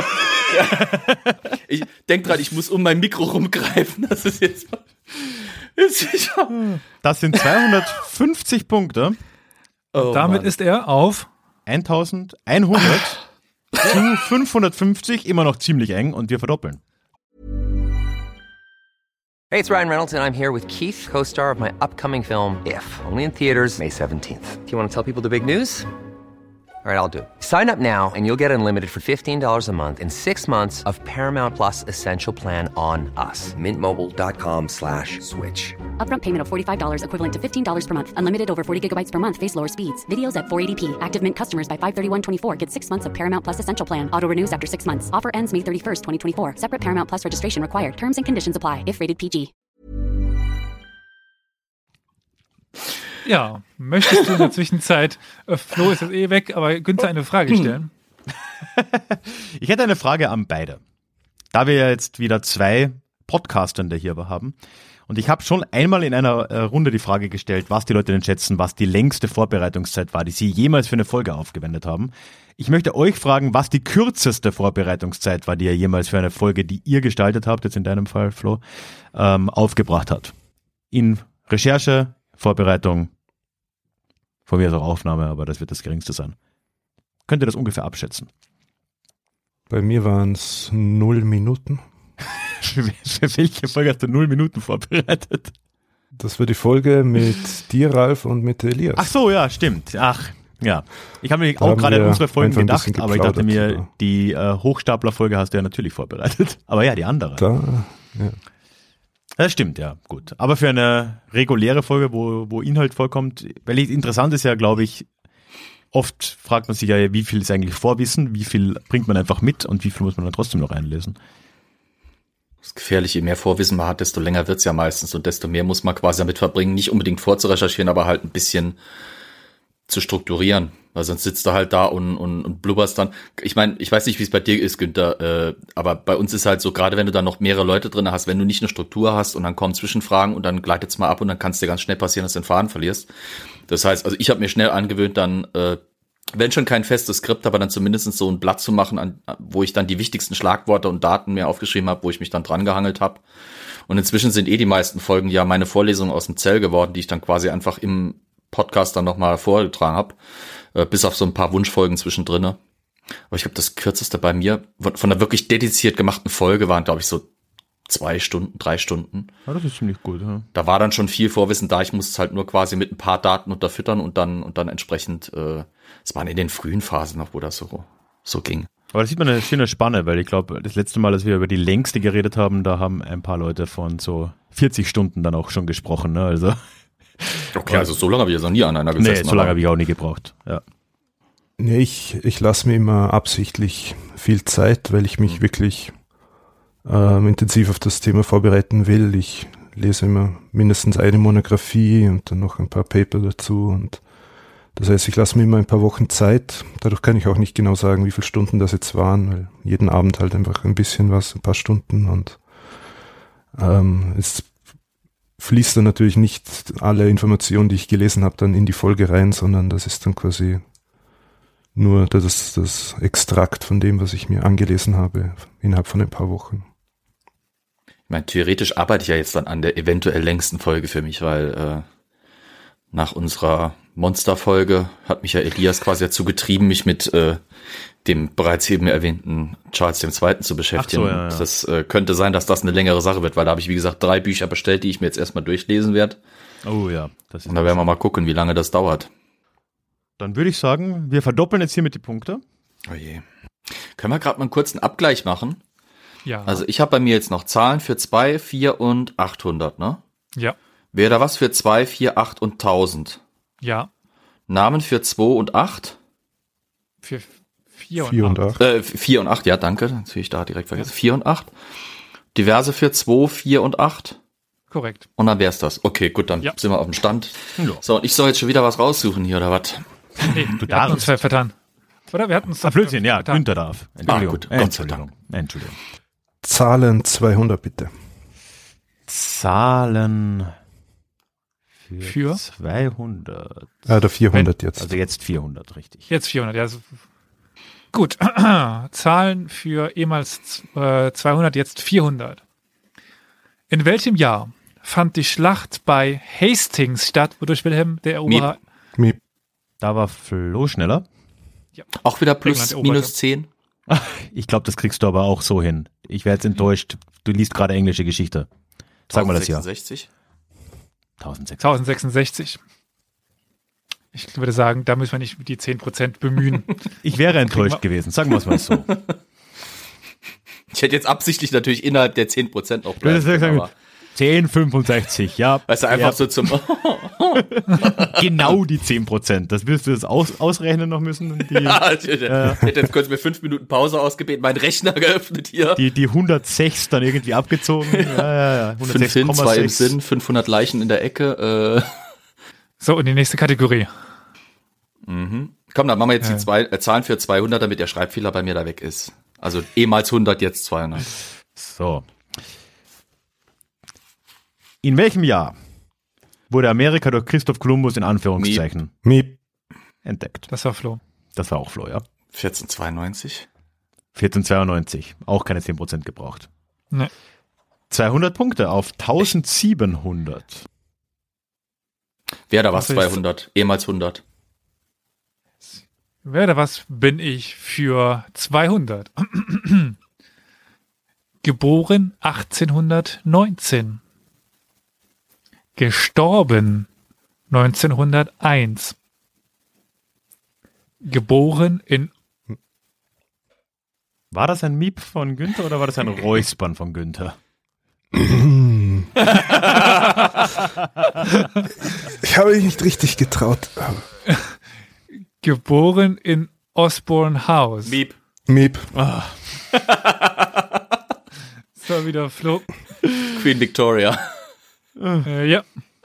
Ich denke gerade, ich muss um mein Mikro rumgreifen. Das ist jetzt. Das sind 250 Punkte. Oh, Damit Mann. ist er auf 1100 zu 550, immer noch ziemlich eng und wir verdoppeln. Hey, it's Ryan Reynolds, and I'm here with Keith, co-star of my upcoming film, If, only in theaters May 17th. Do you want to tell people the big news? All right, I'll do it. Sign up now and you'll get unlimited for $15 a month and 6 months of Paramount Plus Essential Plan on us. MintMobile.com/switch. Upfront payment of $45 equivalent to $15 per month. Unlimited over 40 gigabytes per month. Face lower speeds. Videos at 480p. Active Mint customers by 531.24 get 6 months of Paramount Plus Essential Plan. Auto renews after 6 months. Offer ends May 31st, 2024. Separate Paramount Plus registration required. Terms and conditions apply if rated PG. Ja, möchtest du in der Zwischenzeit, Flo ist jetzt weg, aber Günther eine Frage stellen? Ich hätte eine Frage an beide. Da wir ja jetzt wieder 2 Podcastende hier haben. Und ich habe schon einmal in einer Runde die Frage gestellt, was die Leute denn schätzen, was die längste Vorbereitungszeit war, die sie jemals für eine Folge aufgewendet haben. Ich möchte euch fragen, was die kürzeste Vorbereitungszeit war, die ihr jemals für eine Folge, die ihr gestaltet habt, jetzt in deinem Fall, Flo, aufgebracht hat. In Recherche, Vorbereitung, von mir ist auch Aufnahme, aber das wird das geringste sein. Könnt ihr das ungefähr abschätzen? Bei mir waren es 0 Minuten. Für welche Folge hast du 0 Minuten vorbereitet? Das war die Folge mit dir, Ralf, und mit Elias. Ach so, ja, stimmt. Ach, ja. Ich habe mir Da auch haben gerade an wir unsere Folgen einfach ein gedacht, bisschen aber ich dachte mir, geplaudert, die Hochstapler-Folge hast du ja natürlich vorbereitet. Aber ja, die andere. Ja. Das stimmt, ja, gut. Aber für eine reguläre Folge, wo Inhalt vorkommt, weil interessant ist ja, glaube ich, oft fragt man sich ja, wie viel ist eigentlich Vorwissen, wie viel bringt man einfach mit und wie viel muss man dann trotzdem noch einlesen. Das ist gefährlich, je mehr Vorwissen man hat, desto länger wird's ja meistens und desto mehr muss man quasi damit verbringen, nicht unbedingt vorzurecherchieren, aber halt ein bisschen zu strukturieren, weil sonst sitzt du halt da und blubberst dann. Ich meine, ich weiß nicht, wie es bei dir ist, Günther, aber bei uns ist halt so, gerade wenn du da noch mehrere Leute drin hast, wenn du nicht eine Struktur hast und dann kommen Zwischenfragen und dann gleitet's mal ab und dann kann es dir ganz schnell passieren, dass du den Faden verlierst. Das heißt, also ich habe mir schnell angewöhnt, dann, wenn schon kein festes Skript, aber dann zumindest so ein Blatt zu machen, wo ich dann die wichtigsten Schlagworte und Daten mir aufgeschrieben habe, wo ich mich dann dran gehangelt habe. Und inzwischen sind die meisten Folgen ja meine Vorlesungen aus dem Zell geworden, die ich dann quasi einfach im Podcast dann nochmal vorgetragen habe. bis auf so ein paar Wunschfolgen zwischendrin. Aber ich glaube, das kürzeste bei mir von einer wirklich dediziert gemachten Folge waren, glaube ich, so 2 Stunden, 3 Stunden. Ja, das ist ziemlich gut, ja. Da war dann schon viel Vorwissen da. Ich musste es halt nur quasi mit ein paar Daten unterfüttern und dann entsprechend, es waren in den frühen Phasen noch, wo das so ging. Aber da sieht man eine schöne Spanne, weil ich glaube, das letzte Mal, als wir über die längste geredet haben, da haben ein paar Leute von so 40 Stunden dann auch schon gesprochen, ne? Also. Okay, also so lange habe ich jetzt noch nie an einer gesessen. Nee, so lange habe ich auch nie gebraucht, ja. Nee, ich lasse mir immer absichtlich viel Zeit, weil ich mich wirklich intensiv auf das Thema vorbereiten will. Ich lese immer mindestens eine Monographie und dann noch ein paar Paper dazu. Und das heißt, ich lasse mir immer ein paar Wochen Zeit. Dadurch kann ich auch nicht genau sagen, wie viele Stunden das jetzt waren, weil jeden Abend halt einfach ein bisschen was, ein paar Stunden. Und es fließt dann natürlich nicht alle Informationen, die ich gelesen habe, dann in die Folge rein, sondern das ist dann quasi nur das Extrakt von dem, was ich mir angelesen habe, innerhalb von ein paar Wochen. Ich meine, theoretisch arbeite ich ja jetzt dann an der eventuell längsten Folge für mich, weil nach unserer Monsterfolge hat mich ja Elias quasi dazu getrieben, mich mit dem bereits eben erwähnten Charles II. Zu beschäftigen. Ach so, ja. Das könnte sein, dass das eine längere Sache wird, weil da habe ich, wie gesagt, 3 Bücher bestellt, die ich mir jetzt erstmal durchlesen werde. Oh ja. Das ist Und da werden wir mal gucken, wie lange das dauert. Dann würde ich sagen, wir verdoppeln jetzt hiermit die Punkte. Oh je. Können wir gerade mal einen kurzen Abgleich machen? Ja. Also ich habe bei mir jetzt noch Zahlen für 2, 4 und 800, ne? Ja. Wäre da was für 2, 4, 8 und 1000? Ja. Namen für 2 und 8? Für 4 4 und und 8. 8. 4 und 8, ja, danke. Natürlich da direkt vergessen. 4 und 8. Diverse für 2, 4 und 8. Korrekt. Und dann wär's das. Okay, gut, dann Ja. sind wir auf dem Stand. Ja. So, und ich soll jetzt schon wieder was raussuchen hier, oder was? Nee, wir darfst. hatten uns vertan. Oder? Wir hatten uns Blödsinn, ja, vertan. Günther darf. Entschuldigung. gut, Gott sei Dank. Entschuldigung. Zahlen 200 bitte. Zahlen Für? 200. Oder 400 jetzt. Also jetzt 400, richtig. Jetzt 400, ja. Gut. Zahlen für ehemals 200, jetzt 400. In welchem Jahr fand die Schlacht bei Hastings statt, wodurch Wilhelm der Eroberer... Miep. Da war Flo schneller. Auch wieder plus, England eroberte. minus 10? Ich glaube, das kriegst du aber auch so hin. Ich wäre jetzt enttäuscht. Du liest gerade englische Geschichte. Sag mal das Jahr. 1066? 1600. 1066. Ich würde sagen, da müssen wir nicht die 10% bemühen. Ich wäre enttäuscht gewesen. Sagen wir es mal so. Ich hätte jetzt absichtlich natürlich innerhalb der 10% auch Du hättest bleiben können, sagen, 10,65, ja. weißt du, einfach Ja. so zum... Genau die 10%. Das wirst du jetzt ausrechnen noch müssen. Und ich hätte jetzt kurz mir 5 Minuten Pause ausgebeten, meinen Rechner geöffnet hier. die 106 dann irgendwie abgezogen. Ja. 5 hin, 2 im 106,6. Sinn, 500 Leichen in der Ecke. So, und die nächste Kategorie. Komm, dann machen wir jetzt die Zahlen für 200, damit der Schreibfehler bei mir da weg ist. Also ehemals 100, jetzt 200. So. In welchem Jahr wurde Amerika durch Christoph Kolumbus in Anführungszeichen Miep. entdeckt? Das war Flo. Das war auch Flo, ja. 1492? 1492. Auch keine 10% gebraucht. Ne. 200 Punkte auf 1700. Wer da was? Was ist- 200? Ehemals 100. Wer oder was bin ich für 200? Geboren 1819. Gestorben 1901. Geboren in... War das ein Miep von Günther oder war das ein Räuspern von Günther? Ich habe mich nicht richtig getraut. Geboren in Osborne House. Miep. Miep. So, wieder Flo. Queen Victoria. Ja.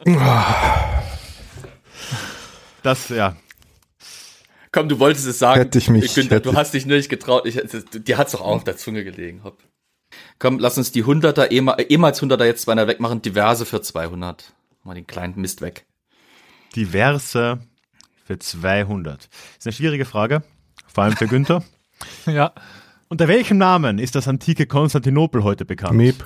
Das, ja. Komm, du wolltest es sagen. Hätte ich mich- Günther, hätte du hast dich nur nicht getraut. Dir hat's doch auch auf der Zunge gelegen. Hopp. Komm, lass uns die 100er, ehemals 100er jetzt 200 wegmachen. Diverse für 200. Mal den kleinen Mist weg. Diverse für 200. Ist eine schwierige Frage, vor allem für Günther. Ja. Unter welchem Namen ist das antike Konstantinopel heute bekannt? Miep.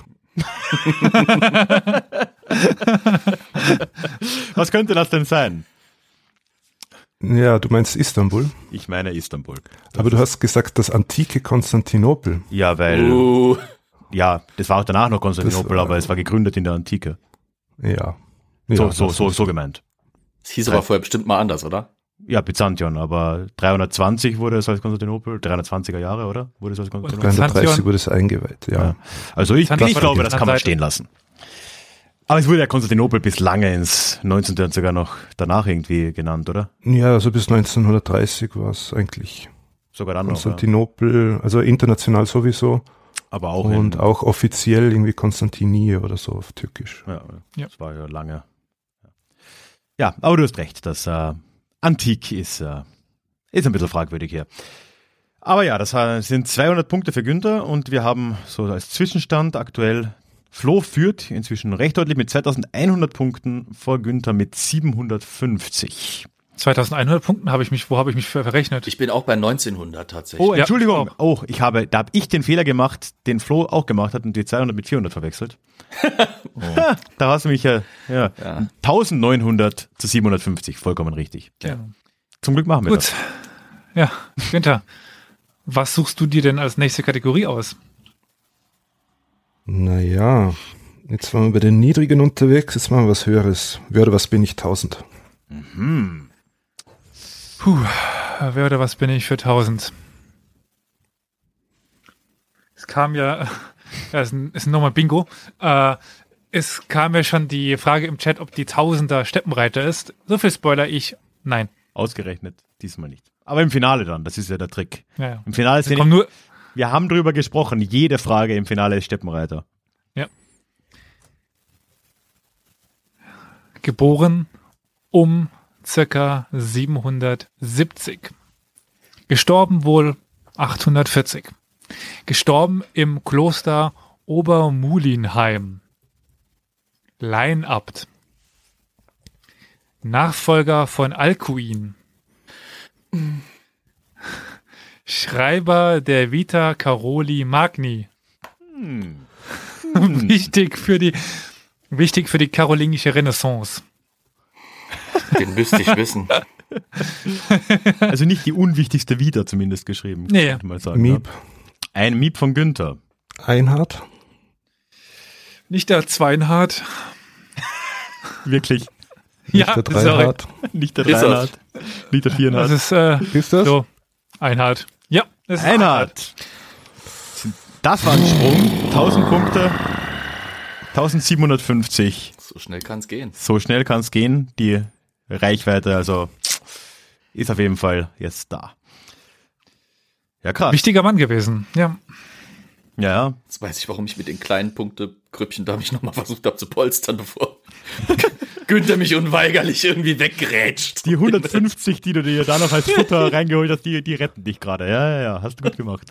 Was könnte das denn sein? Ja, du meinst Istanbul. Ich meine Istanbul. Aber du hast gesagt, das antike Konstantinopel. Ja, weil, ja, das war auch danach noch Konstantinopel, Das, aber es war gegründet in der Antike. Ja. So gemeint. Es hieß aber vorher bestimmt mal anders, oder? Ja, Byzantion, aber 320 wurde es als Konstantinopel, 320er Jahre, oder? Wurde es als Konstantinopel? 330 wurde es eingeweiht, ja. Also ich Byzantion glaube, das kann man Seite. stehen lassen. Aber es wurde ja Konstantinopel bis lange ins 19. und sogar noch danach irgendwie genannt, oder? Ja, also bis 1930 war es eigentlich Sogar dann noch. Konstantinopel, also international sowieso. Aber auch Und auch offiziell irgendwie Konstantinie oder so auf Türkisch. Ja, das war ja lange. Ja, aber du hast recht, das Antik ist ein bisschen fragwürdig hier. Aber ja, das sind 200 Punkte für Günther und wir haben so als Zwischenstand aktuell Flo führt inzwischen recht deutlich mit 2100 Punkten vor Günther mit 750. 2100 Punkten wo habe ich mich verrechnet? Ich bin auch bei 1900 tatsächlich. Oh, Entschuldigung. Ja, Da habe ich den Fehler gemacht, den Flo auch gemacht hat und die 200 mit 400 verwechselt. Da hast du mich ja. 1900 zu 750, vollkommen richtig. Ja. Zum Glück machen wir das. Gut. Ja, Günther, was suchst du dir denn als nächste Kategorie aus? Naja, jetzt waren wir bei den Niedrigen unterwegs, jetzt machen wir was Höheres. Wer oder was bin ich 1000? Wer oder was bin ich für 1000? Es kam ja, ist nochmal Bingo. Es kam ja schon die Frage im Chat, ob die Tausender Steppenreiter ist. So viel Spoiler nein. Ausgerechnet, diesmal nicht. Aber im Finale dann, das ist ja der Trick. Ja. Im Finale ist wir haben drüber gesprochen, jede Frage im Finale ist Steppenreiter. Ja. Geboren um circa 770. Gestorben wohl 840. Gestorben im Kloster Obermulinheim. Laienabt. Nachfolger von Alcuin. Schreiber der Vita Caroli Magni. Wichtig für die karolingische Renaissance. Den müsste ich wissen. Also nicht die unwichtigste Vita zumindest geschrieben. Nee. Könnte man sagen, Miep. Ja. Ein Miep von Günther. Einhard? Nicht der Zweinhard. Wirklich. Nicht der Dreihard? Nicht der Ist Reinhard. Nicht der Vierhard. Das ist Ist das? so. Einhard. Ja, das ist Einhard. Das war ein Sprung. 1000 Punkte. 1750. So schnell kann es gehen. So schnell kann es gehen. Die Reichweite, also ist auf jeden Fall jetzt da. Ja, krass. wichtiger Mann gewesen. Ja. Ja, Jetzt weiß ich, warum ich mit den kleinen Punktegrüppchen da mich nochmal versucht habe zu polstern, bevor Günther mich unweigerlich irgendwie weggerätscht. die 150, die du dir da noch als Futter reingeholt hast, die retten dich gerade. Ja, hast du gut gemacht.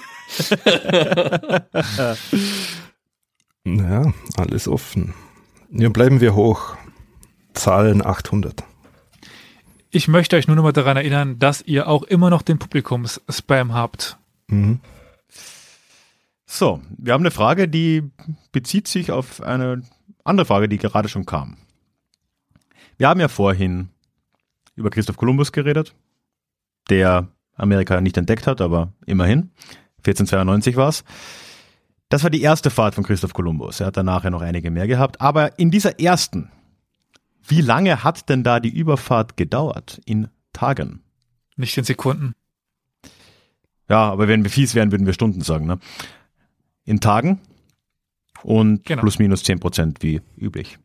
Ja, alles offen. Ja, bleiben wir hoch. Zahlen 800. Ich möchte euch nur noch mal daran erinnern, dass ihr auch immer noch den Publikums-Spam habt. Mhm. So, wir haben eine Frage, die bezieht sich auf eine andere Frage, die gerade schon kam. Wir haben ja vorhin über Christoph Kolumbus geredet, der Amerika nicht entdeckt hat, aber immerhin. 1492 war es. Das war die erste Fahrt von Christoph Kolumbus. Er hat danach ja noch einige mehr gehabt. Aber in dieser ersten, wie lange hat denn da die Überfahrt gedauert? In Tagen? Nicht in Sekunden. Ja, aber wenn wir fies wären, würden wir Stunden sagen, ne? In Tagen und Genau. plus minus 10% wie üblich.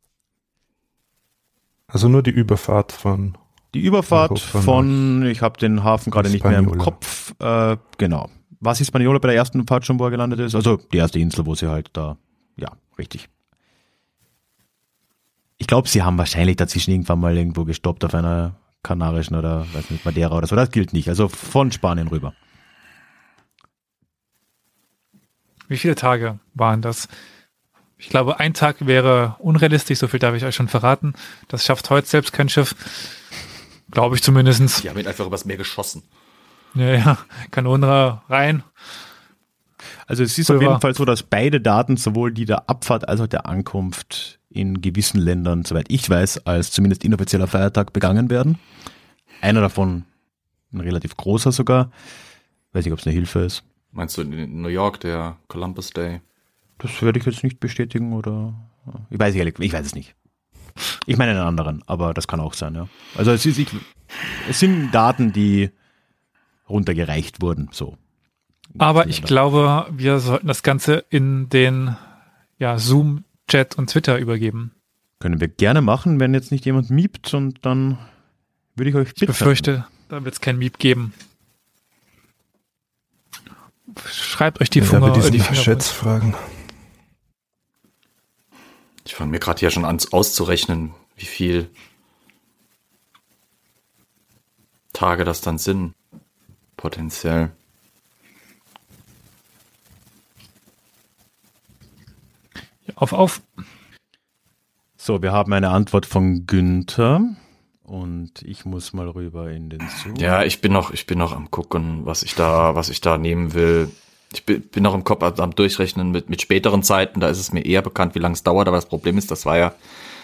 Also nur die Überfahrt von... Die Überfahrt von, ich habe den Hafen gerade nicht mehr im Hispaniola. Kopf, genau. Was Hispaniola bei der ersten Fahrt schon, wo er gelandet ist? Also die erste Insel, wo sie halt da, ja, richtig. Ich glaube, sie haben wahrscheinlich dazwischen irgendwann mal irgendwo gestoppt auf einer kanarischen oder, weiß nicht, Madeira oder so. Das gilt nicht. Also von Spanien rüber. Wie viele Tage waren das? Ich glaube, ein Tag wäre unrealistisch, so viel darf ich euch schon verraten. Das schafft heute selbst kein Schiff. Glaube ich zumindest. Die haben ihn einfach übers Meer geschossen. Ja, Kanonen rein. Also es ist auf jeden Fall so, dass beide Daten, sowohl die der Abfahrt als auch der Ankunft in gewissen Ländern, soweit ich weiß, als zumindest inoffizieller Feiertag begangen werden. Einer davon ein relativ großer sogar. Weiß nicht, ob es eine Hilfe ist. Meinst du in New York, der Columbus Day? Das werde ich jetzt nicht bestätigen oder ich weiß es nicht. Ich meine einen anderen, aber das kann auch sein, ja. Also es sind Daten, die runtergereicht wurden, so. Aber ich glaube, wir sollten das Ganze in den Zoom, Chat und Twitter übergeben. Können wir gerne machen, wenn jetzt nicht jemand miebt, und dann würde ich euch bitten. Ich befürchte, da wird es kein Miep geben. Schreibt euch die Finger. Die Schätzfragen. Ich fange mir gerade hier schon an auszurechnen, wie viel Tage das dann sind, potenziell. Auf. So, wir haben eine Antwort von Günther und ich muss mal rüber in den Zoom. Ja, ich bin noch am gucken, was ich da nehmen will. Ich bin noch im Kopf am Durchrechnen mit späteren Zeiten, da ist es mir eher bekannt, wie lange es dauert, aber das Problem ist, das war ja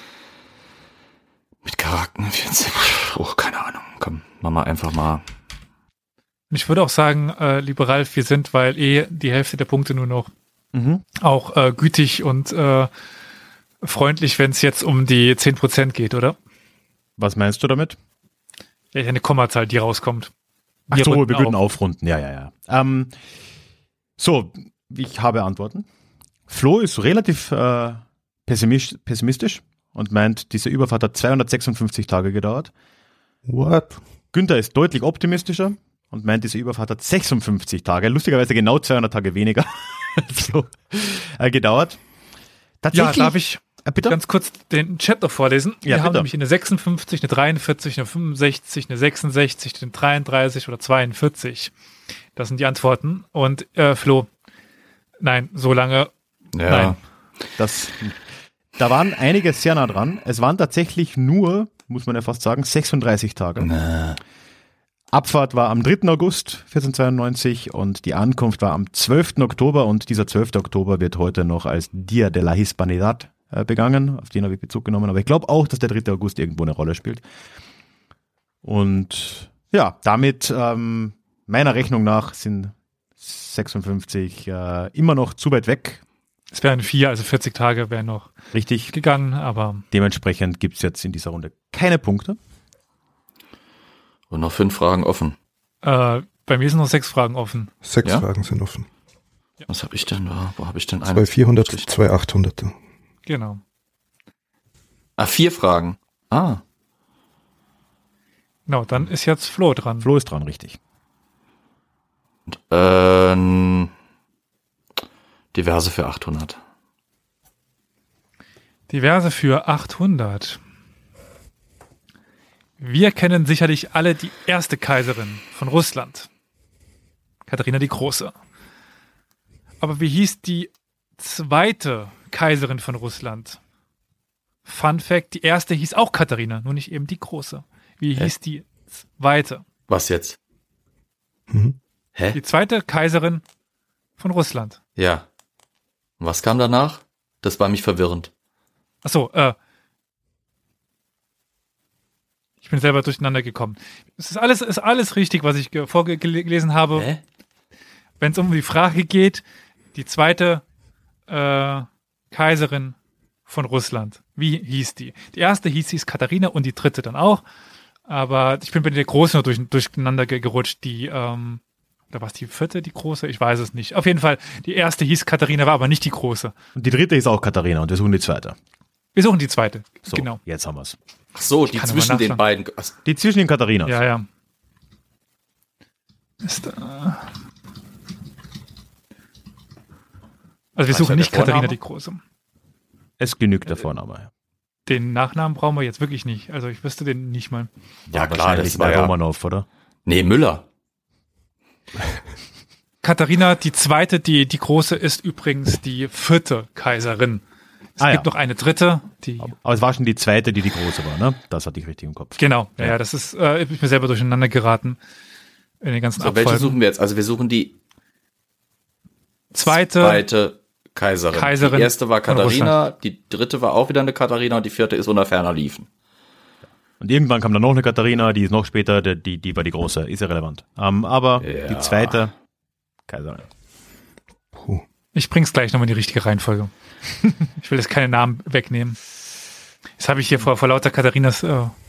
mit Charakteren 24. Keine Ahnung. Komm, machen wir einfach mal. Ich würde auch sagen, lieber Ralf, wir sind, weil die Hälfte der Punkte nur noch auch gütig und freundlich, wenn es jetzt um die 10% geht, oder? Was meinst du damit? Ja, eine Kommazahl, die rauskommt. Ach so, wir würden aufrunden. Ja. So, ich habe Antworten. Flo ist relativ pessimistisch und meint, diese Überfahrt hat 256 Tage gedauert. What? Günther ist deutlich optimistischer und meint, diese Überfahrt hat 56 Tage, lustigerweise genau 200 Tage weniger als Flo gedauert. Tatsächlich, ja, darf ich bitte? ganz kurz den Chat noch vorlesen? Ja, Wir haben bitte. nämlich eine 56, eine 43, eine 65, eine 66, eine 33 oder 42. Das sind die Antworten. Und Flo, nein, so lange, Ja. nein. Da waren einige sehr nah dran. Es waren tatsächlich nur, muss man ja fast sagen, 36 Tage. Abfahrt war am 3. August 1492 und die Ankunft war am 12. Oktober und dieser 12. Oktober wird heute noch als Dia de la Hispanidad begangen. Auf den habe ich Bezug genommen, aber ich glaube auch, dass der 3. August irgendwo eine Rolle spielt. Und ja, damit meiner Rechnung nach sind 56 immer noch zu weit weg. Es wären 4, also 40 Tage wären noch Richtig. gegangen, aber Dementsprechend gibt es jetzt in dieser Runde keine Punkte. Und noch 5 Fragen offen. bei mir sind noch 6 Fragen offen. 6 Ja? Fragen sind offen. Was habe ich denn da? Wo habe ich denn 2 400, 2 800. Genau. 4 Fragen. Genau, dann ist jetzt Flo dran. Flo ist dran, richtig. Diverse für 800. Diverse für 800. Wir kennen sicherlich alle die erste Kaiserin von Russland. Katharina die Große. Aber wie hieß die zweite Kaiserin von Russland? Fun Fact, die erste hieß auch Katharina, nur nicht eben die Große. Wie hieß die zweite? Was jetzt? Mhm. Hä? Die zweite Kaiserin von Russland. Ja. Und was kam danach? Das war mich verwirrend. Achso, ich bin selber durcheinander gekommen. Es ist alles richtig, was ich vorgelesen habe. Hä? Wenn es um die Frage geht, die zweite Kaiserin von Russland, wie hieß die? Die erste hieß Katharina und die dritte dann auch. Aber ich bin bei der Großen nur durcheinander gerutscht. Oder war es die vierte, die Große? Ich weiß es nicht. Auf jeden Fall, die erste hieß Katharina, war aber nicht die Große. Und die dritte ist auch Katharina und wir suchen die zweite. Wir suchen die zweite. So, Genau. jetzt haben wir es. Ach so, die kann zwischen aber den nachschauen. beiden. Die zwischen den Katharinas. Ja. Also wir Was suchen war nicht der Vorname? Katharina die Große. Es genügt der Vorname. Den Nachnamen brauchen wir jetzt wirklich nicht. Also ich wüsste den nicht mal. Ja, klar, Wahrscheinlich das war bei ja. Romanov, oder? Nee, Müller. Katharina die Zweite, die Große, ist übrigens die vierte Kaiserin. Es gibt noch eine dritte, die... Aber es war schon die zweite, die große war, ne? Das hatte ich richtig im Kopf. Genau, ja, das ist, ich bin mir selber durcheinander geraten in den ganzen So, welche Abfolgen. suchen wir jetzt? Also wir suchen die Zweite Kaiserin Die erste war von Katharina, die dritte war auch wieder eine Katharina und die vierte ist unter ferner Liefen. Und irgendwann kam dann noch eine Katharina, die ist noch später, die war die große, ist ja relevant. Aber die zweite Kaiserin. Puh. Ich bring's gleich nochmal in die richtige Reihenfolge. Ich will jetzt keine Namen wegnehmen. Jetzt habe ich hier vor lauter Katharinas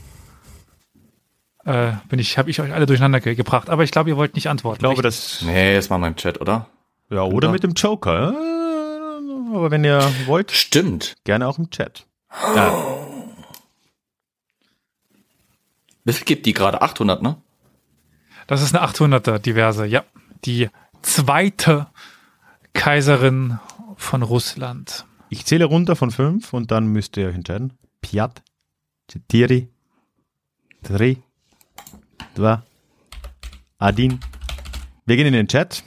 habe ich euch alle durcheinander gebracht. Aber ich glaube, ihr wollt nicht antworten. Ich glaube, richtig? Nee, jetzt machen wir im Chat, oder? Ja, oder mit dem Joker. Aber wenn ihr wollt, Stimmt. gerne auch im Chat. Wie viel gibt die gerade? 800, ne? Das ist eine 800er diverse, ja. Die zweite Kaiserin von Russland. Ich zähle runter von 5 und dann müsst ihr euch entscheiden. Piat, 4, 3, 2, 1. Wir gehen in den Chat.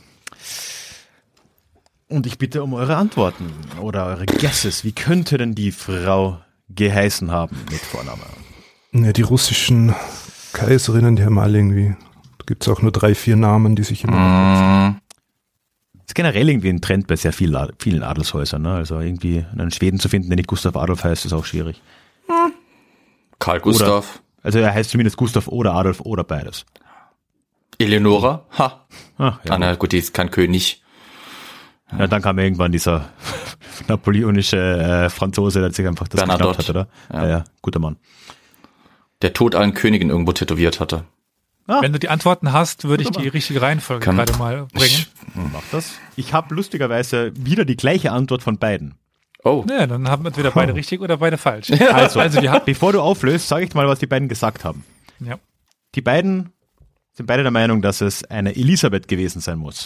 Und ich bitte um eure Antworten oder eure Guesses. Wie könnte denn die Frau geheißen haben mit Vorname? Ja, die russischen Kaiserinnen, die haben alle irgendwie, da gibt es auch nur 3, 4 Namen, die sich immer Das ist generell irgendwie ein Trend bei sehr vielen Adelshäusern. Ne? Also irgendwie einen Schweden zu finden, der nicht Gustav Adolf heißt, ist auch schwierig. Karl Gustav. Also er heißt zumindest Gustav oder Adolf oder beides. Eleonora. Ha. Ach, ja, Na gut, die ist kein König. Ja, dann kam irgendwann dieser napoleonische Franzose, der sich einfach das Bernadotte. geschnappt hat, oder? Ja. Ja, guter Mann. Der Tod allen Königen irgendwo tätowiert hatte. Wenn du die Antworten hast, würde ich die richtige Reihenfolge gerade mal bringen. Mach das. Ich habe lustigerweise wieder die gleiche Antwort von beiden. Oh. Ja, dann haben wir entweder beide richtig oder beide falsch. Also die hat, bevor du auflöst, sage ich mal, was die beiden gesagt haben. ja. Die beiden sind beide der Meinung, dass es eine Elisabeth gewesen sein muss.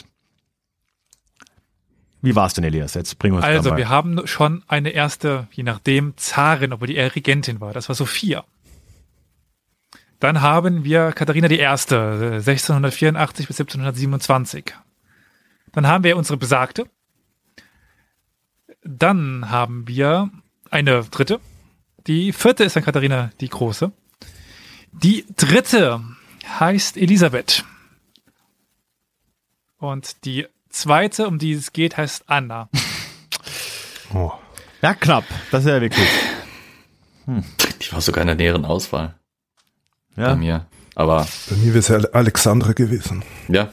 Wie war es denn, Elias? Jetzt bring uns da Also, mal. wir haben schon eine erste, je nachdem, Zarin, obwohl die eher Regentin war. Das war Sophia. Dann haben wir Katharina I., 1684 bis 1727. Dann haben wir unsere Besagte. Dann haben wir eine dritte. Die vierte ist dann Katharina die Große. Die dritte heißt Elisabeth. Und die zweite, um die es geht, heißt Anna. Oh. Ja, knapp. Das ist ja wirklich. Die war sogar in der näheren Auswahl Ja. bei mir. Aber Bei mir wäre es ja Alexandra gewesen. ja,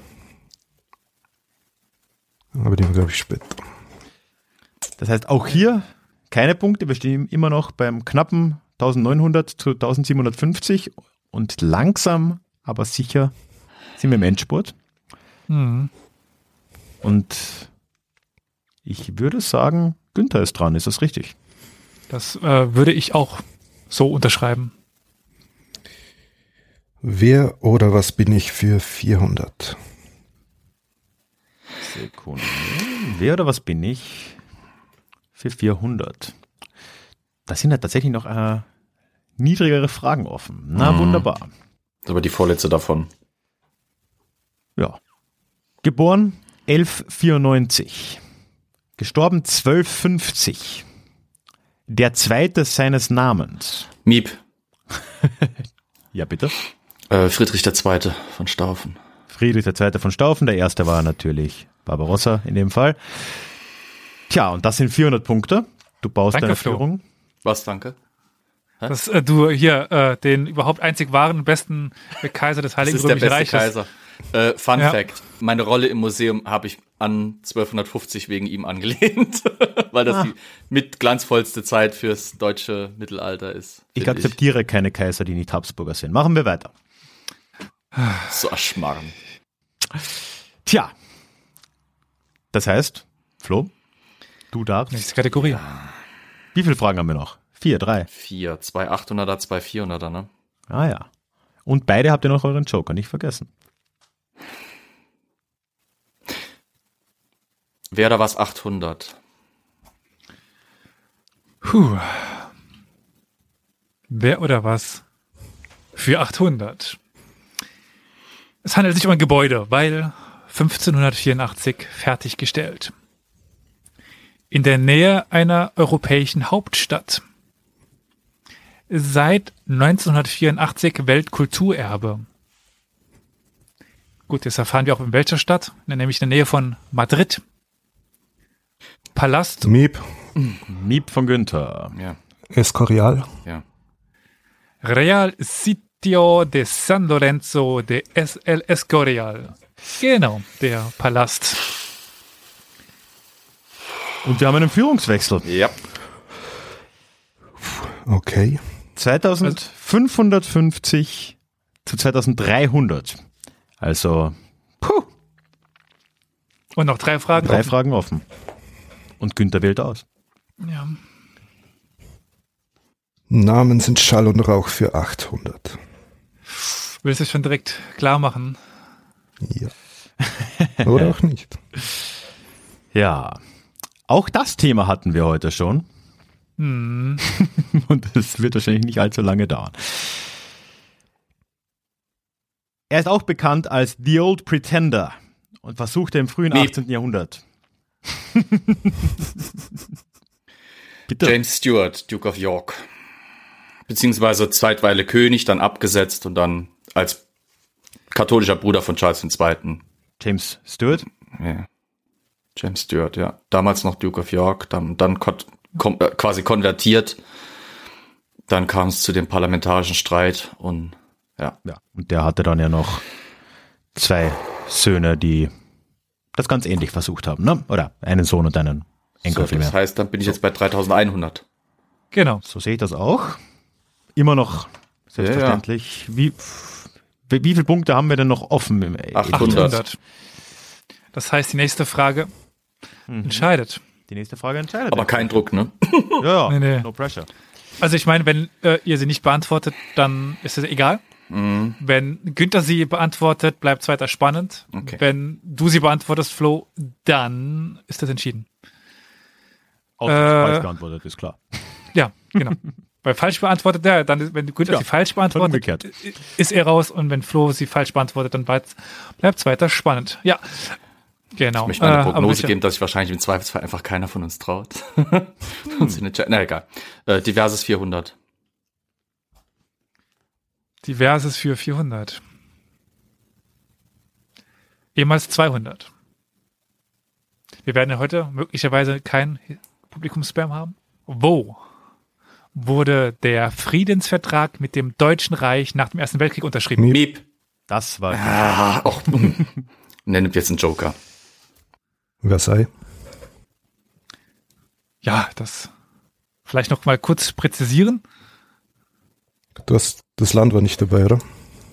Aber die war, glaube ich, später. Das heißt, auch hier keine Punkte. Wir stehen immer noch beim knappen 1900 zu 1750 und langsam, aber sicher sind wir im Endspurt. Mhm. Und ich würde sagen, Günther ist dran. Ist das richtig? Das würde ich auch so unterschreiben. Wer oder was bin ich für 400? Sekunde. Wer oder was bin ich für 400? Da sind ja tatsächlich noch niedrigere Fragen offen. Na, wunderbar. das ist aber die vorletzte davon. Ja. Geboren 1194. Gestorben 1250. Der zweite seines Namens. Miep. Ja, bitte. Friedrich II. von Staufen. Friedrich II. von Staufen. Der erste war natürlich Barbarossa in dem Fall. Tja, und das sind 400 Punkte. Du baust Danke, deine Flo. Führung. Was, danke? Dass du hier den überhaupt einzig wahren und besten Kaiser des Das Heiligen ist der Römischen beste Reiches. Kaiser. Fun Ja. Fact. Meine Rolle im Museum habe ich an 1250 wegen ihm angelehnt. Weil das die mit glanzvollste Zeit fürs deutsche Mittelalter ist. Ich find akzeptiere keine Kaiser, die nicht Habsburger sind. Machen wir weiter. So ein Schmarrn. Tja. Das heißt, Flo, du darfst. Nächste Kategorie. Wie viele Fragen haben wir noch? 4, 3. 4, 2 800er, 2 400er, ne? Ah ja. Und beide habt ihr noch euren Joker, nicht vergessen. Wer da was 800? Puh. Wer oder was für 800? Es handelt sich um ein Gebäude, weil 1584 fertiggestellt. In der Nähe einer europäischen Hauptstadt. Seit 1984 Weltkulturerbe. Gut, jetzt erfahren wir auch in welcher Stadt, nämlich in der Nähe von Madrid. Palast Miep, Miep von Günther. Ja, Escorial, ja. Real Sitio de San Lorenzo de El Escorial. Genau, der Palast. Und wir haben einen Führungswechsel. Ja. Okay. 2550 zu 2300. Also, Und noch 3 Fragen. 3 Fragen offen. Und Günther wählt aus. Ja. Namen sind Schall und Rauch für 800. Willst du es schon direkt klar machen? Ja. Oder auch nicht. Ja, auch das Thema hatten wir heute schon. Und es wird wahrscheinlich nicht allzu lange dauern. Er ist auch bekannt als The Old Pretender und versuchte im frühen 18. Jahrhundert. Bitte. James Stewart, Duke of York. Beziehungsweise Zeitweile König, dann abgesetzt und dann als katholischer Bruder von Charles II. James Stewart. Ja. James Stewart, ja. Damals noch Duke of York, dann quasi konvertiert. Dann kam es zu dem parlamentarischen Streit und ja. Ja, und der hatte dann ja noch 2 Söhne, die das ganz ähnlich versucht haben, ne? Oder einen Sohn und einen Enkel So, vielmehr. das heißt, dann bin ich jetzt bei 3100. Genau. So sehe ich das auch. Immer noch selbstverständlich. Wie viele Punkte haben wir denn noch offen? Im 800. Das heißt, die nächste Frage entscheidet. Die nächste Frage entscheidet. Aber kein Druck, ne? Ja, Nee. no pressure. Also ich meine, wenn ihr sie nicht beantwortet, dann ist es egal. Wenn Günther sie beantwortet, bleibt es weiter spannend. Okay. Wenn du sie beantwortest, Flo, dann ist das entschieden. Auch falsch beantwortet, ist klar. Ja, genau. Weil falsch beantwortet, ja, dann, wenn Günther sie falsch beantwortet, umgekehrt. ist er raus. Und wenn Flo sie falsch beantwortet, dann bleibt es weiter spannend. Ja, genau. Ich möchte mal eine aber Prognose sicher- geben, dass sich wahrscheinlich im Zweifelsfall einfach keiner von uns traut. Na egal. Diverses 400. Diverses für 400. Ehemals 200. Wir werden ja heute möglicherweise kein Publikumsspam haben. Wo wurde der Friedensvertrag mit dem Deutschen Reich nach dem Ersten Weltkrieg unterschrieben? Miep. Das war Nennt jetzt einen Joker. Versailles. Ja, das vielleicht noch mal kurz präzisieren. Das Land war nicht dabei, oder?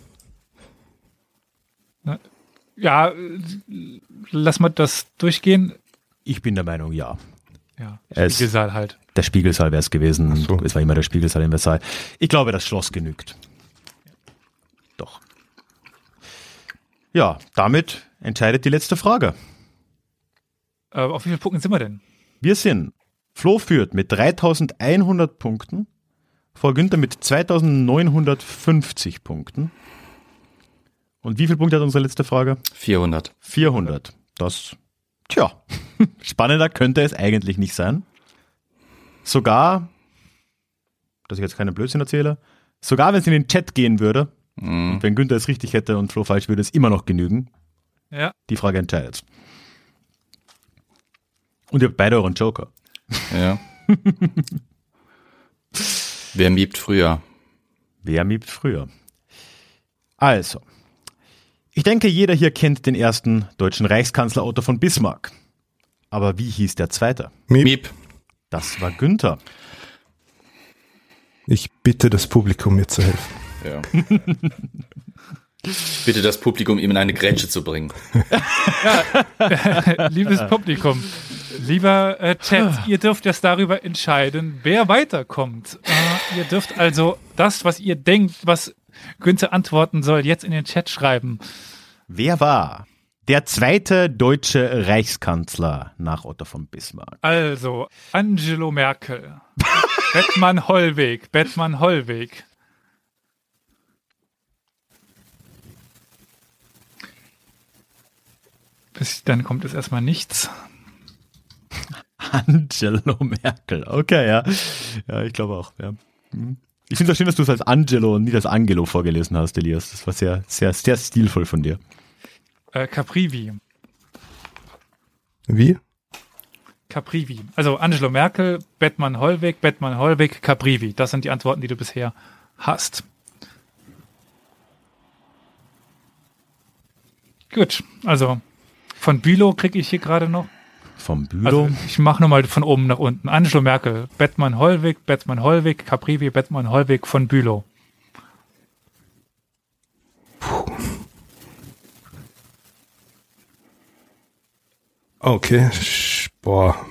Ja, lass mal das durchgehen. Ich bin der Meinung, ja. Ja, Es- Spiegelsaal halt. Der Spiegelsaal wäre es gewesen. Ach so. Es war immer der Spiegelsaal in Versailles. Ich glaube, das Schloss genügt. Doch. Ja, damit entscheidet die letzte Frage. Auf wie vielen Punkten sind wir denn? Wir sind, Flo führt mit 3100 Punkten, vor Günther mit 2950 Punkten. Und wie viele Punkte hat unsere letzte Frage? 400. 400. Das, spannender könnte es eigentlich nicht sein. Sogar, dass ich jetzt keinen Blödsinn erzähle, sogar wenn es in den Chat gehen würde, und wenn Günther es richtig hätte und Flo falsch, würde es immer noch genügen. Ja. Die Frage entscheidet. Und ihr habt beide euren Joker. Ja. Wer miebt früher? Wer miebt früher? Also, ich denke, jeder hier kennt den ersten deutschen Reichskanzler Otto von Bismarck. Aber wie hieß der zweite? Miep. Das war Günther. Ich bitte das Publikum, mir zu helfen. Ja. Ich bitte das Publikum, ihm in eine Grätsche zu bringen. Liebes Publikum, lieber Chat, ihr dürft jetzt darüber entscheiden, wer weiterkommt. Ihr dürft also das, was ihr denkt, was Günther antworten soll, jetzt in den Chat schreiben. Wer war der zweite deutsche Reichskanzler nach Otto von Bismarck? Also, Angelo Merkel, Bettmann Hollweg. Bis dann kommt es erstmal nichts. Angelo Merkel. Okay, ja. Ja, ich glaube auch. Ja. Ich finde es auch schön, dass du es als Angelo und nicht als Angelo vorgelesen hast, Elias. Das war sehr, sehr, sehr stilvoll von dir. Caprivi. Wie? Also Angelo Merkel, Bettmann Hollweg, Caprivi. Das sind die Antworten, die du bisher hast. Gut, also von Bülow kriege ich hier gerade noch. Vom Bülow. Also ich mache nochmal von oben nach unten. Angelo Merkel, Bettmann Hollweg, Caprivi, Bettmann Hollweg von Bülow. Okay, boah.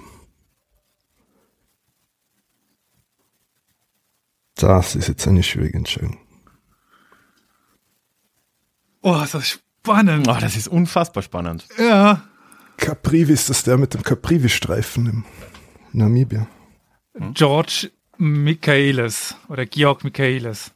Das ist jetzt eine schwierige Entscheidung. Oh, ist das spannend. Oh, das ist unfassbar spannend. Ja. Caprivi, ist das der mit dem Caprivi-Streifen in Namibia? George Michaelis oder Georg Michaelis.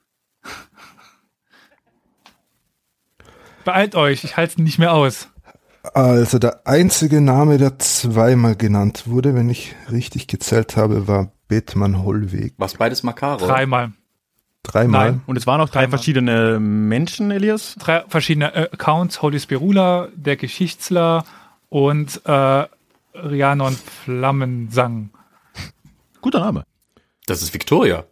Beeilt euch, ich halte es nicht mehr aus. Also der einzige Name, der zweimal genannt wurde, wenn ich richtig gezählt habe, war Bettmann Hollweg. Was beides Makaro? Dreimal. Dreimal? Und es waren auch drei Dreimal. verschiedene Menschen, Elias? 3 verschiedene Accounts, Holy Spirula, der Geschichtsler und Rhiannon Flammensang. Guter Name. Das ist Victoria.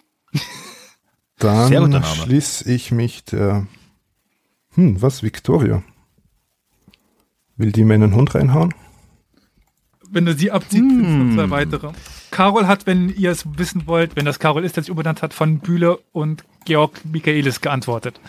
Dann Sehr guter Name. schließe ich mich der... was? Victoria? Will die mir einen Hund reinhauen? Wenn du sie abziehst, sind es noch 2 weitere. Carol hat, wenn ihr es wissen wollt, wenn das Carol ist, der sich umbenannt hat, von Bühle und Georg Michaelis geantwortet.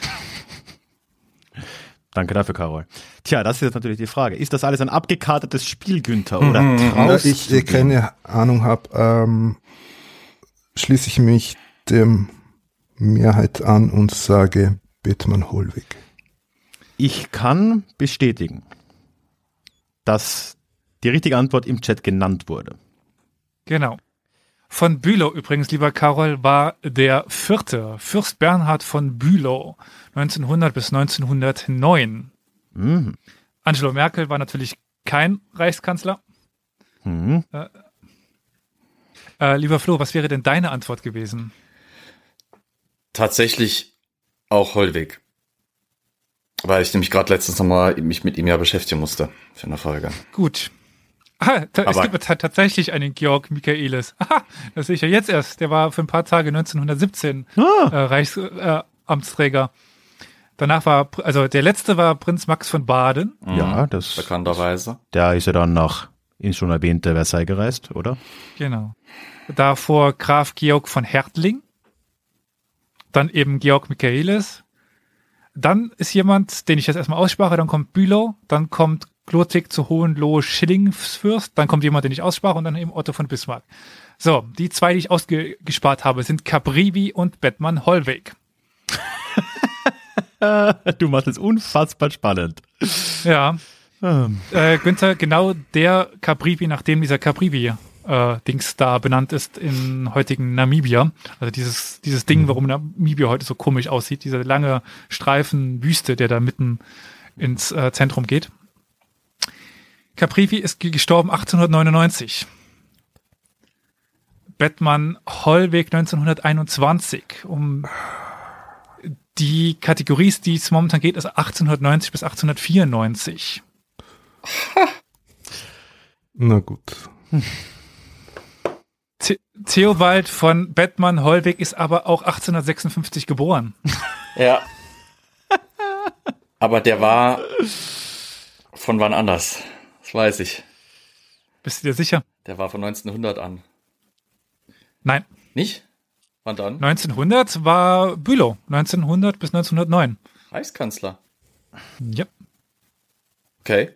Danke dafür, Carol. Tja, das ist jetzt natürlich die Frage. Ist das alles ein abgekartetes Spiel, Günther? Oder Da traust ich du dir? keine Ahnung habe, schließe ich mich dem Mehrheit an und sage Bettmann Hollweg. Ich kann bestätigen, dass die richtige Antwort im Chat genannt wurde. Genau. Von Bülow übrigens, lieber Carol, war der 4. Fürst Bernhard von Bülow 1900 bis 1909. Mhm. Angelo Merkel war natürlich kein Reichskanzler. Mhm. Lieber Flo, was wäre denn deine Antwort gewesen? Tatsächlich auch Hollweg. Weil ich nämlich gerade letztens nochmal mich mit ihm ja beschäftigen musste für eine Folge. Gut. Es Aber- gibt tatsächlich einen Georg Michaelis. Aha, das sehe ich ja jetzt erst. Der war für ein paar Tage 1917 Reichsamtsträger. Danach war, also der letzte war Prinz Max von Baden. Ja, das, Bekannterweise. der ist ja dann nach ins schon erwähnte Versailles gereist, oder? Genau. Davor Graf Georg von Hertling. Dann eben Georg Michaelis. Dann ist jemand, den ich jetzt erstmal aussprache, dann kommt Bülow, dann kommt Clotilde zu Hohenlohe-Schillingsfürst, dann kommt jemand, den ich aussprach und dann eben Otto von Bismarck. So, die 2, die ich ausgespart habe, sind Caprivi und Bettmann Hollweg. Du machst es unfassbar spannend. Ja. Günther, genau der Caprivi, nachdem dieser Caprivi Dings da benannt ist in heutigen Namibia. Also dieses Ding, warum Namibia heute so komisch aussieht, dieser lange Streifen Wüste, der da mitten ins Zentrum geht. Caprivi ist gestorben 1899. Bettmann Hollweg 1921. Um die Kategorie, die es momentan geht, ist 1890 bis 1894. Na gut. Theobald von Bettmann Hollweg ist aber auch 1856 geboren. Ja. Aber der war von wann anders? Das weiß ich. Bist du dir sicher? Der war von 1900 an. Nein. Nicht? Wann dann? 1900 war Bülow. 1900 bis 1909. Reichskanzler. Ja. Okay.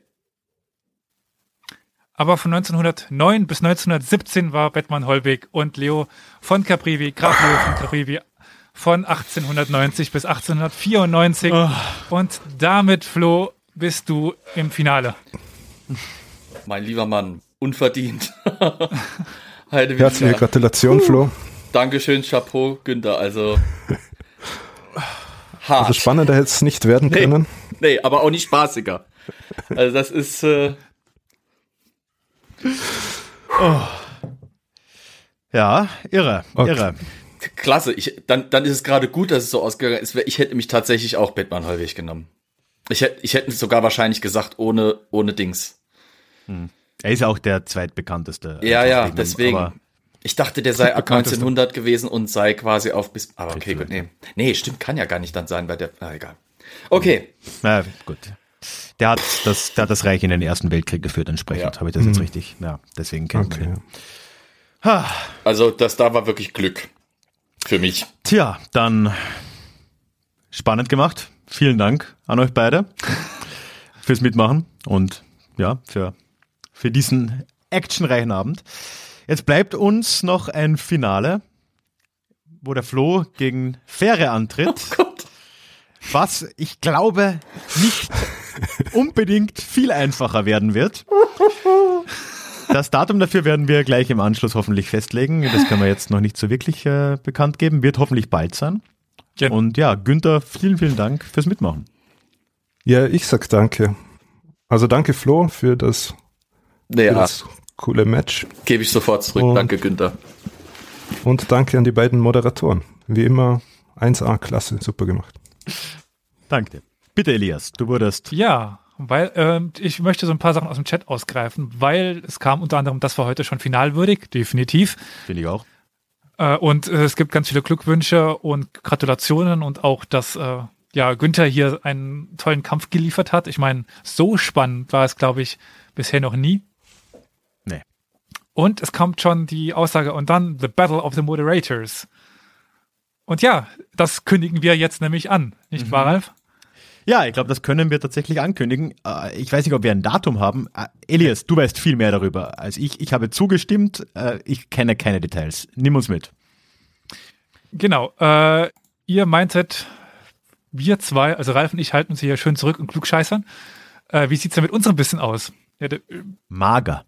Aber von 1909 bis 1917 war Bettmann Hollweg und Leo von Caprivi, Graf Leo von Caprivi von 1890 bis 1894. Und damit, Flo, bist du im Finale. Mein lieber Mann, unverdient. Heide Herzliche Wittler. Gratulation, Flo. Dankeschön, Chapeau, Günther. Also hart. Also spannender hätte es nicht werden können. Nee, aber auch nicht spaßiger. Also das ist Ja, irre, Okay. irre. klasse. Dann ist es gerade gut, dass es so ausgegangen ist. Ich hätte mich tatsächlich auch Bettmann Hollweg genommen. Ich hätte es sogar wahrscheinlich gesagt, ohne Dings. Er ist ja auch der zweitbekannteste. Ja, Einfach deswegen. aber Ich dachte, der sei ab 1900 gewesen und sei quasi auf bis. Aber okay, gut, nee. Nee, stimmt, kann ja gar nicht dann sein bei der. Egal. Okay. Na gut. Der hat das Reich in den Ersten Weltkrieg geführt, entsprechend. Habe ich das jetzt richtig? Ja, deswegen kennt man ihn. Also, da war wirklich Glück für mich. Tja, dann spannend gemacht. Vielen Dank an euch beide fürs Mitmachen und ja, für diesen actionreichen Abend. Jetzt bleibt uns noch ein Finale, wo der Flo gegen Fähre antritt. Oh Gott. Was ich glaube nicht unbedingt viel einfacher werden wird. Das Datum dafür werden wir gleich im Anschluss hoffentlich festlegen. Das können wir jetzt noch nicht so wirklich bekannt geben. Wird hoffentlich bald sein. Ja. Und ja, Günther, vielen, vielen Dank fürs Mitmachen. Ja, ich sag danke. Also danke Flo für das coole Match. Gebe ich sofort zurück. Danke Günther. Und danke an die beiden Moderatoren. Wie immer 1A, klasse, super gemacht. Danke. Bitte Elias, du wurdest... Ja, weil ich möchte so ein paar Sachen aus dem Chat ausgreifen, weil es kam unter anderem, das war heute schon finalwürdig, definitiv. Finde ich auch. Und es gibt ganz viele Glückwünsche und Gratulationen und auch, dass Günther hier einen tollen Kampf geliefert hat. Ich meine, so spannend war es, glaube ich, bisher noch nie. Nee. Und es kommt schon die Aussage und dann The Battle of the Moderators. Und ja, das kündigen wir jetzt nämlich an, nicht wahr, Ralf? Ja, ich glaube, das können wir tatsächlich ankündigen. Ich weiß nicht, ob wir ein Datum haben. Elias, du weißt viel mehr darüber als ich. Ich habe zugestimmt. Ich kenne keine Details. Nimm uns mit. Genau. Ihr meintet, wir zwei, also Ralf und ich, halten uns hier schön zurück und klugscheißern. Wie sieht's denn mit unserem Bissen aus? Ja, mager.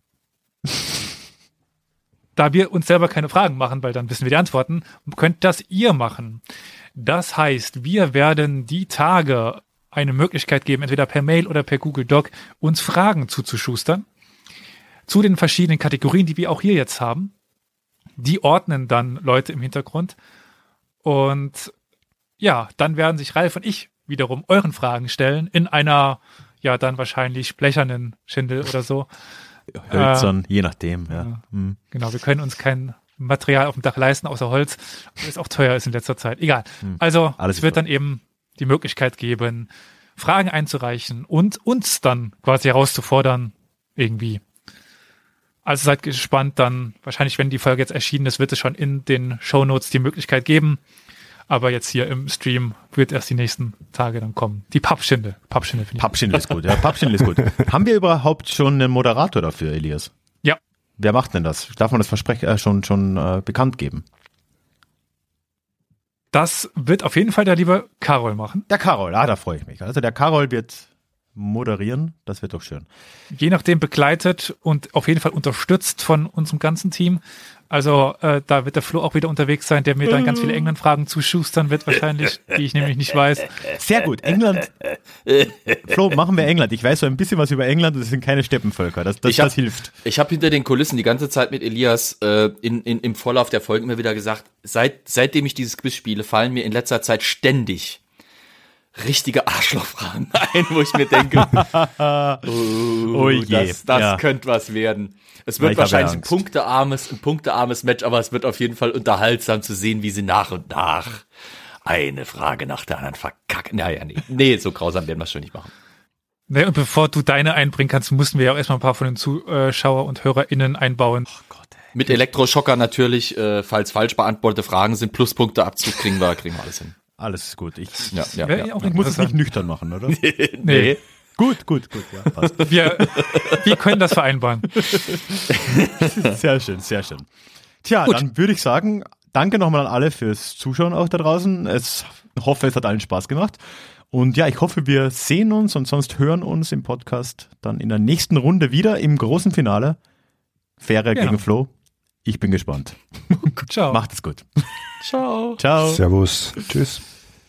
Da wir uns selber keine Fragen machen, weil dann wissen wir die Antworten, könnt das ihr machen. Das heißt, wir werden die Tage eine Möglichkeit geben, entweder per Mail oder per Google Doc, uns Fragen zuzuschustern zu den verschiedenen Kategorien, die wir auch hier jetzt haben. Die ordnen dann Leute im Hintergrund. Und ja, dann werden sich Ralf und ich wiederum euren Fragen stellen in einer, ja, dann wahrscheinlich blechernen Schindel oder so. Hölzern, je nachdem, ja. Genau, wir können uns kein Material auf dem Dach leisten, außer Holz, weil es auch teuer ist in letzter Zeit. Egal. Also es wird dann eben die Möglichkeit geben, Fragen einzureichen und uns dann quasi herauszufordern, irgendwie. Also seid gespannt, dann wahrscheinlich, wenn die Folge jetzt erschienen ist, wird es schon in den Shownotes die Möglichkeit geben. Aber jetzt hier im Stream wird erst die nächsten Tage dann kommen. Die Pappschinde. Pappschinde finde ich. Pappschinde ist gut, ja. Pappschinde ist gut. Haben wir überhaupt schon einen Moderator dafür, Elias? Ja. Wer macht denn das? Darf man das Versprechen schon bekannt geben? Das wird auf jeden Fall der liebe Karol machen. Der Karol, da freue ich mich. Also der Karol wird moderieren, das wird doch schön. Je nachdem begleitet und auf jeden Fall unterstützt von unserem ganzen Team. Also da wird der Flo auch wieder unterwegs sein, der mir dann ganz viele England-Fragen zuschustern wird wahrscheinlich, die ich nämlich nicht weiß. Sehr gut, England. Flo, machen wir England. Ich weiß so ein bisschen was über England und es sind keine Steppenvölker. Das hilft. Ich habe hinter den Kulissen die ganze Zeit mit Elias im Vorlauf der Folge immer wieder gesagt, seitdem ich dieses Quiz spiele, fallen mir in letzter Zeit ständig richtige Arschlochfragen ein, wo ich mir denke, das könnte was werden. Es wird wahrscheinlich ein punktearmes Match, aber es wird auf jeden Fall unterhaltsam zu sehen, wie sie nach und nach eine Frage nach der anderen verkacken. Naja, nee, so grausam werden wir es schon nicht machen. Nee, und bevor du deine einbringen kannst, mussten wir ja auch erstmal ein paar von den Zuschauer und HörerInnen einbauen. Oh Gott, ey. Mit Elektroschocker natürlich, falls falsch beantwortete Fragen sind, Pluspunkteabzug kriegen wir alles hin. Alles ist gut. Ich muss es nicht nüchtern machen, oder? Nee. Gut, ja, passt. Wir können das vereinbaren. Sehr schön, sehr schön. Tja, gut. Dann würde ich sagen, danke nochmal an alle fürs Zuschauen auch da draußen. Ich hoffe, es hat allen Spaß gemacht. Und ja, ich hoffe, wir sehen uns und sonst hören uns im Podcast dann in der nächsten Runde wieder im großen Finale. Fähre gegen Flo. Ich bin gespannt. Ciao. Macht es gut. Ciao. Servus. Tschüss.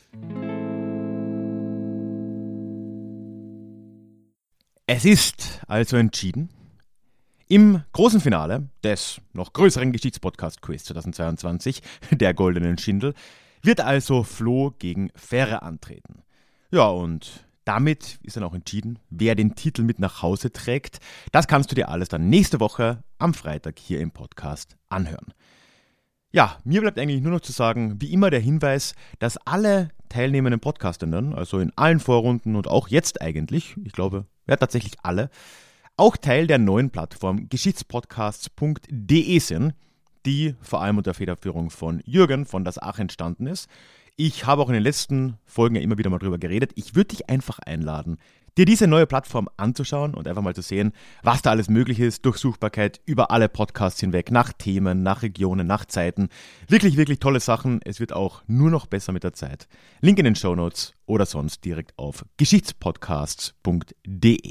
Es ist also entschieden. Im großen Finale des noch größeren Geschichtspodcast-Quiz 2022, der Goldenen Schindel, wird also Flo gegen Fähre antreten. Ja, und damit ist dann auch entschieden, wer den Titel mit nach Hause trägt. Das kannst du dir alles dann nächste Woche am Freitag hier im Podcast anhören. Ja, mir bleibt eigentlich nur noch zu sagen, wie immer der Hinweis, dass alle teilnehmenden Podcastenden, also in allen Vorrunden und auch jetzt eigentlich, ich glaube, ja tatsächlich alle, auch Teil der neuen Plattform geschichtspodcasts.de sind, die vor allem unter Federführung von Jürgen von Das Ach entstanden ist. Ich habe auch in den letzten Folgen ja immer wieder mal drüber geredet. Ich würde dich einfach einladen, dir diese neue Plattform anzuschauen und einfach mal zu sehen, was da alles möglich ist. Durchsuchbarkeit über alle Podcasts hinweg, nach Themen, nach Regionen, nach Zeiten. Wirklich, wirklich tolle Sachen. Es wird auch nur noch besser mit der Zeit. Link in den Shownotes oder sonst direkt auf geschichtspodcasts.de.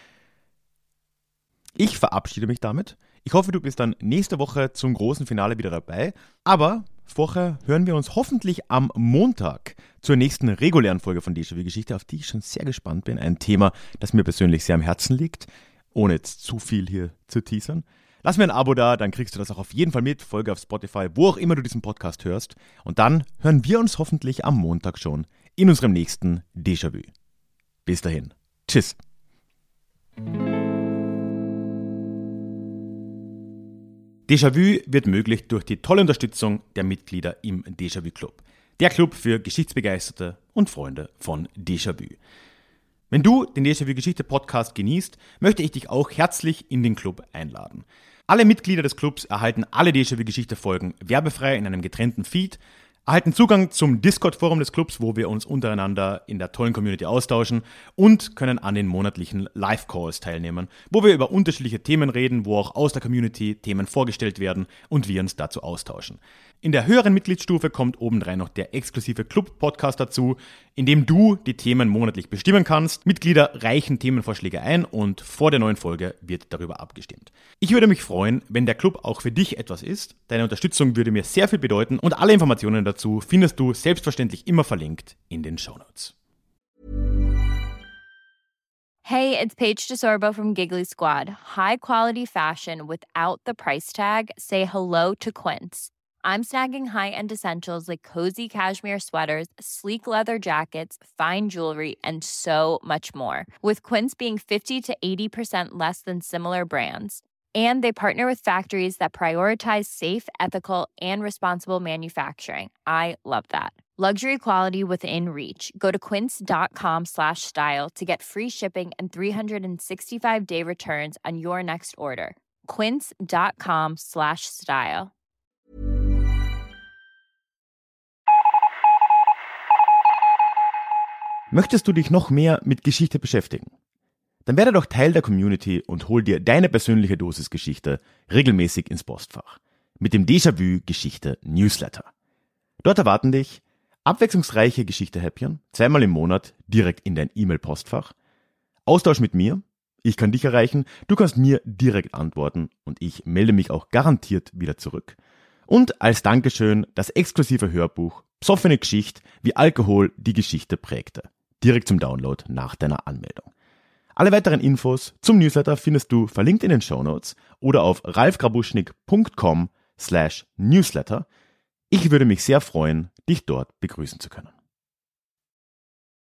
Ich verabschiede mich damit. Ich hoffe, du bist dann nächste Woche zum großen Finale wieder dabei. Aber vorher hören wir uns hoffentlich am Montag zur nächsten regulären Folge von Déjà-vu-Geschichte, auf die ich schon sehr gespannt bin. Ein Thema, das mir persönlich sehr am Herzen liegt, ohne jetzt zu viel hier zu teasern. Lass mir ein Abo da, dann kriegst du das auch auf jeden Fall mit. Folge auf Spotify, wo auch immer du diesen Podcast hörst. Und dann hören wir uns hoffentlich am Montag schon in unserem nächsten Déjà-vu. Bis dahin. Tschüss. Déjà-vu wird möglich durch die tolle Unterstützung der Mitglieder im Déjà-vu Club. Der Club für Geschichtsbegeisterte und Freunde von Déjà-vu. Wenn du den Déjà-vu-Geschichte-Podcast genießt, möchte ich dich auch herzlich in den Club einladen. Alle Mitglieder des Clubs erhalten alle Déjà-vu-Geschichte-Folgen werbefrei in einem getrennten Feed, erhalten Zugang zum Discord-Forum des Clubs, wo wir uns untereinander in der tollen Community austauschen und können an den monatlichen Live-Calls teilnehmen, wo wir über unterschiedliche Themen reden, wo auch aus der Community Themen vorgestellt werden und wir uns dazu austauschen. In der höheren Mitgliedsstufe kommt obendrein noch der exklusive Club-Podcast dazu, in dem du die Themen monatlich bestimmen kannst. Mitglieder reichen Themenvorschläge ein und vor der neuen Folge wird darüber abgestimmt. Ich würde mich freuen, wenn der Club auch für dich etwas ist. Deine Unterstützung würde mir sehr viel bedeuten und alle Informationen dazu findest du selbstverständlich immer verlinkt in den Shownotes. Hey, it's Paige DeSorbo from Giggly Squad. High quality fashion without the price tag. Say hello to Quince. I'm snagging high-end essentials like cozy cashmere sweaters, sleek leather jackets, fine jewelry, and so much more. With Quince being 50 to 80% less than similar brands. And they partner with factories that prioritize safe, ethical, and responsible manufacturing. I love that. Luxury quality within reach. Go to quince.com/style to get free shipping and 365-day returns on your next order. Quince.com/style. Möchtest du dich noch mehr mit Geschichte beschäftigen? Dann werde doch Teil der Community und hol dir deine persönliche Dosis Geschichte regelmäßig ins Postfach. Mit dem Déjà-vu Geschichte Newsletter. Dort erwarten dich abwechslungsreiche Geschichte-Häppchen, zweimal im Monat direkt in dein E-Mail-Postfach. Austausch mit mir, ich kann dich erreichen, du kannst mir direkt antworten und ich melde mich auch garantiert wieder zurück. Und als Dankeschön das exklusive Hörbuch Psoffene Geschichte, wie Alkohol die Geschichte prägte. Direkt zum Download nach deiner Anmeldung. Alle weiteren Infos zum Newsletter findest du verlinkt in den Shownotes oder auf ralfgrabuschnik.com/newsletter. Ich würde mich sehr freuen, dich dort begrüßen zu können.